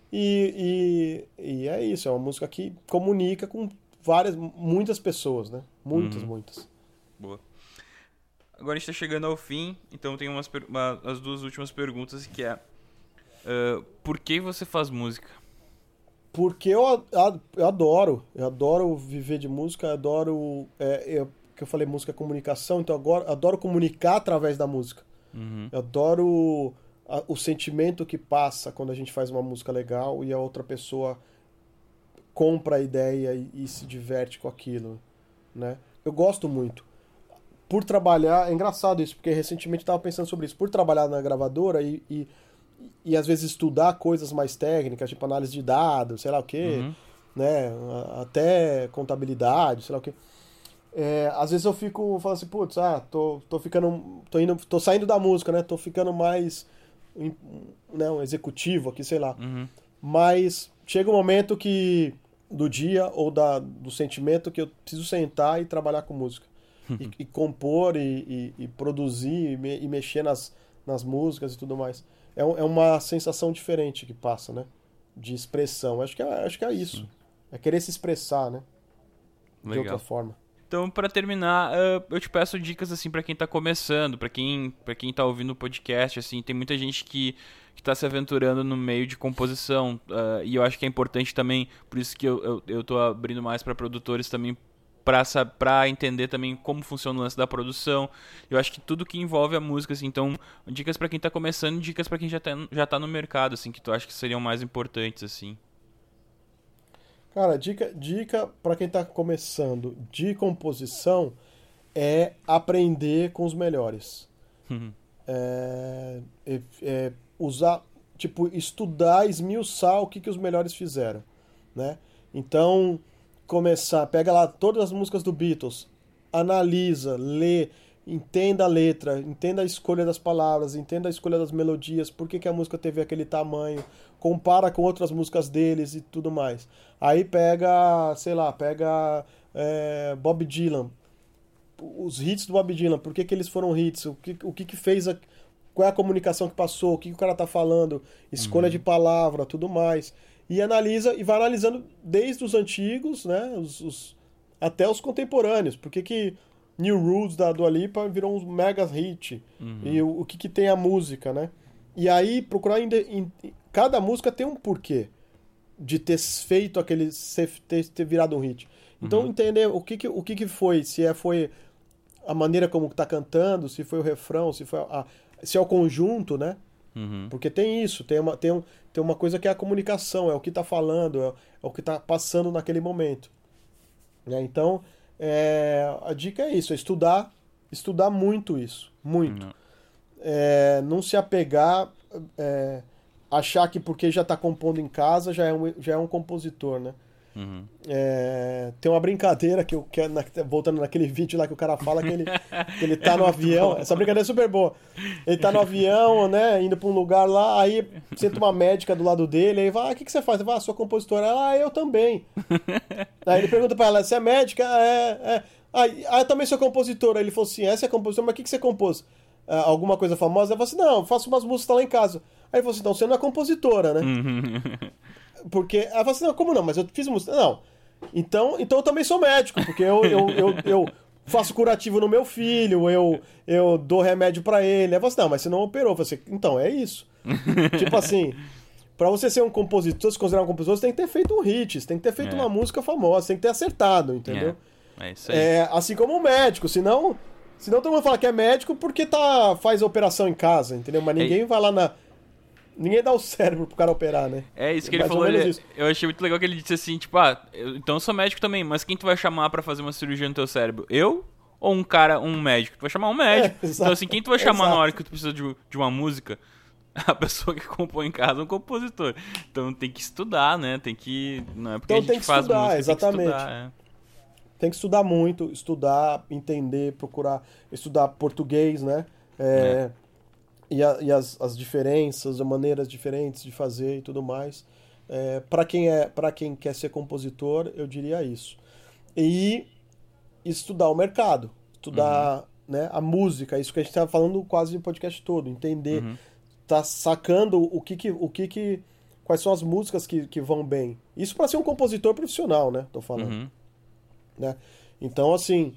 e, e, e é isso. É uma música que comunica com várias, muitas pessoas, né? Muitas, uhum. muitas. Boa. Agora a gente tá chegando ao fim, então tem umas, uma, as duas últimas perguntas, que é uh, por que você faz música? Porque eu, eu adoro, eu adoro viver de música, eu adoro, é, eu, que eu falei, música é comunicação, então eu adoro, adoro comunicar através da música. Uhum. Eu adoro a, o sentimento que passa quando a gente faz uma música legal e a outra pessoa compra a ideia e, e se diverte com aquilo, né? Eu gosto muito. Por trabalhar, é engraçado isso, porque recentemente eu estava pensando sobre isso, por trabalhar na gravadora e, e, e às vezes estudar coisas mais técnicas, tipo análise de dados, sei lá o quê, uhum. né? Até contabilidade, sei lá o quê. É, às vezes eu fico falando assim, putz, ah, tô, tô ficando, tô indo, tô saindo da música, né? Tô ficando mais, né, um executivo aqui, sei lá. Uhum. Mas chega um momento que, do dia ou da, do sentimento que eu preciso sentar e trabalhar com música. e, e compor e, e, e produzir e, me, e mexer nas, nas músicas e tudo mais. É, é uma sensação diferente que passa, né? De expressão. Acho que é, acho que é isso. Sim. É querer se expressar, né? De Legal. outra forma. Então, para terminar, uh, eu te peço dicas assim para quem tá começando, para quem, para quem tá ouvindo o podcast, assim, tem muita gente que que tá se aventurando no meio de composição, uh, e eu acho que é importante também, por isso que eu eu, eu tô abrindo mais para produtores também, para entender também como funciona o lance da produção. Eu acho que tudo que envolve a música, assim, então, dicas para quem tá começando, dicas para quem já tá, já tá no mercado, assim, que tu acha que seriam mais importantes, assim. Cara, dica, dica para quem tá começando de composição é aprender com os melhores. Uhum. É, é, é usar, tipo, estudar, esmiuçar o que, que os melhores fizeram, né? Então, começar, pega lá todas as músicas do Beatles, analisa, lê, entenda a letra, entenda a escolha das palavras, entenda a escolha das melodias, por que, que a música teve aquele tamanho, compara com outras músicas deles e tudo mais. Aí pega, sei lá, pega é, Bob Dylan, os hits do Bob Dylan, por que, que eles foram hits, o que, o que, que fez, a, qual é a comunicação que passou, o que, que o cara tá falando, escolha uhum. de palavra, tudo mais. E analisa, e vai analisando desde os antigos, né, os, os, até os contemporâneos. Por que que New Rules da Dua Lipa virou um mega hit? Uhum. E o, o que que tem a música, né? E aí procurar... Em, em, cada música tem um porquê de ter feito aquele... ter, ter virado um hit. Então uhum. entender o que que, o que que foi. Se é, foi a maneira como tá cantando, se foi o refrão, se, foi a, se é o conjunto, né? Uhum. Porque tem isso, tem uma, tem, um, tem uma coisa que é a comunicação, é o que está falando, é, é o que está passando naquele momento. Né? Então, é, a dica é isso, é estudar, estudar muito isso, muito. é, não se apegar, é, achar que porque já tá compondo em casa já é um, já é um compositor, né? Uhum. É, tem uma brincadeira que eu quero, na, voltando naquele vídeo lá que o cara fala que ele, que ele tá é no avião. Bom. Essa brincadeira é super boa. Ele tá no avião, né? Indo pra um lugar lá, aí senta uma médica do lado dele, aí vai, ah, o que, que você faz? Ele fala, ah, sou compositora. Ela, ah, eu também. Aí ele pergunta pra ela, você é médica? É, é. Aí, ah, eu também sou compositora. Aí ele falou assim, essa é compositora, mas o que, que você compôs? Ah, alguma coisa famosa? Ela falou assim, não, eu faço umas músicas lá em casa. Aí ele falou assim, então você não é compositora, né? Porque ela falou assim, não, como não? Mas eu fiz música. Não. Então, então eu também sou médico, porque eu, eu, eu, eu faço curativo no meu filho, eu, eu dou remédio pra ele. Ela falou assim, não, mas você não operou. Eu falei assim, então, é isso. Tipo assim, pra você ser um compositor, se considerar um compositor, você tem que ter feito um hit, você tem que ter feito é. uma música famosa, você tem que ter acertado, entendeu? É, é isso aí. É, assim como um médico, senão, senão todo mundo fala que é médico porque tá, faz operação em casa, entendeu? Mas ninguém é. vai lá na... Ninguém dá o cérebro pro cara operar, né? É isso que ele falou. Ele, eu achei muito legal que ele disse assim, tipo, ah, eu, então eu sou médico também, mas quem tu vai chamar pra fazer uma cirurgia no teu cérebro? Eu ou um cara, um médico? Tu vai chamar um médico. É, então assim, quem tu vai chamar exato. na hora que tu precisa de, de uma música? A pessoa que compõe em casa é um compositor. Então tem que estudar, né? Tem que... Não é porque então, a gente tem que faz estudar, música, exatamente. tem que estudar, é. Tem que estudar muito, estudar, entender, procurar estudar português, né? É... é. E, a, e as, as diferenças, as maneiras diferentes de fazer e tudo mais. É, para quem é, para quem quer ser compositor, eu diria isso. E estudar o mercado, estudar uhum. né, a música, isso que a gente está falando quase o podcast todo, entender, uhum. tá sacando o que que, o que que, quais são as músicas que, que vão bem. Isso para ser um compositor profissional, né? Tô falando. Uhum. Né? Então, assim,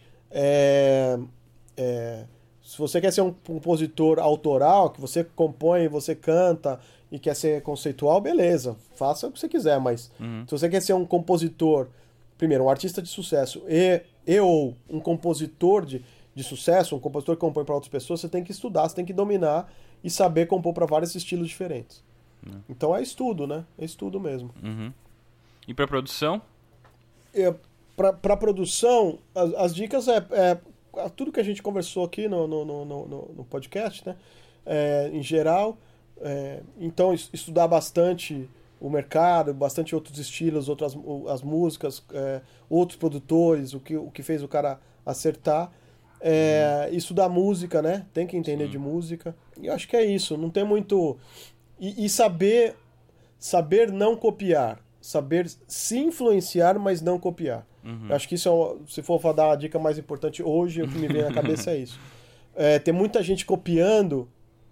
é, é, se você quer ser um compositor autoral, que você compõe, você canta e quer ser conceitual, beleza, faça o que você quiser, mas uhum. se você quer ser um compositor, primeiro, um artista de sucesso e, e ou um compositor de, de sucesso, um compositor que compõe para outras pessoas, você tem que estudar, você tem que dominar e saber compor para vários estilos diferentes. Uhum. Então é estudo, né? É estudo mesmo. Uhum. E para produção? É, para produção, as, as dicas é... é tudo que a gente conversou aqui no, no, no, no, no podcast, né? É, em geral. É, então, estudar bastante o mercado, bastante outros estilos, outras as músicas, é, outros produtores, o que, o que fez o cara acertar. É, uhum. Estudar música, né? Tem que entender Sim. de música. E eu acho que é isso. Não tem muito... E, e saber, saber não copiar. Saber se influenciar, mas não copiar. Uhum. Eu acho que isso, é, se for dar a dica mais importante hoje, o que me vem na cabeça é isso. É, tem muita gente copiando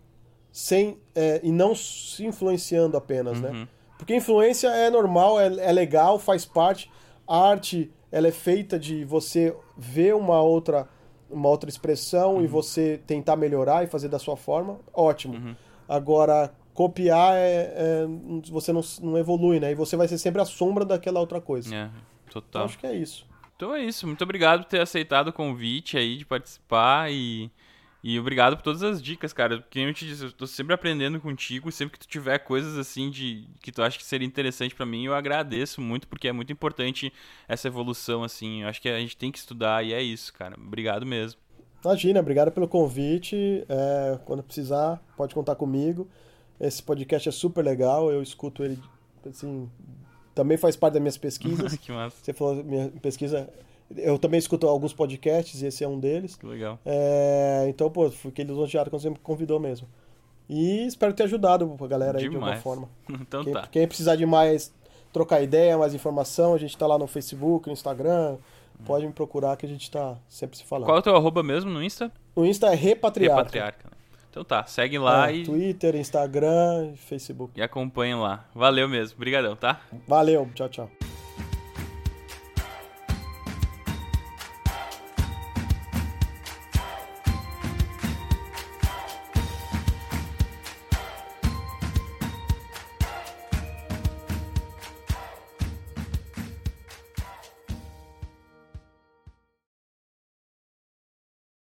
sem, é, e não se influenciando apenas, uhum. né? Porque influência é normal, é, é legal, faz parte. A arte, ela é feita de você ver uma outra, uma outra expressão uhum. e você tentar melhorar e fazer da sua forma. Ótimo. Uhum. Agora... copiar, é, é, você não, não evolui, né? E você vai ser sempre a sombra daquela outra coisa. É, total. Então, acho que é isso. Então é isso. Muito obrigado por ter aceitado o convite aí de participar e, e obrigado por todas as dicas, cara. Porque eu te disse, eu tô sempre aprendendo contigo. Sempre que tu tiver coisas assim de que tu acha que seria interessante pra mim, eu agradeço muito, porque é muito importante essa evolução, assim. Eu acho que a gente tem que estudar e é isso, cara. Obrigado mesmo. Imagina, obrigado pelo convite. É, quando precisar, pode contar comigo. Esse podcast é super legal, eu escuto ele, assim, também faz parte das minhas pesquisas. Que massa. Você falou minha pesquisa, eu também escuto alguns podcasts e esse é um deles. Que legal. É, então, pô, fiquei lisonjeado quando você me convidou mesmo. E espero ter ajudado a galera aí Demais. de alguma forma. Então quem, tá. Quem precisar de mais, trocar ideia, mais informação, a gente tá lá no Facebook, no Instagram, pode me procurar que a gente tá sempre se falando. Qual é o teu arroba mesmo no Insta? O Insta é Repatriarca. Repatriarca, né? Então tá, segue lá é, e... Twitter, Instagram e Facebook. E acompanhem lá. Valeu mesmo. Obrigadão, tá? Valeu, tchau, tchau.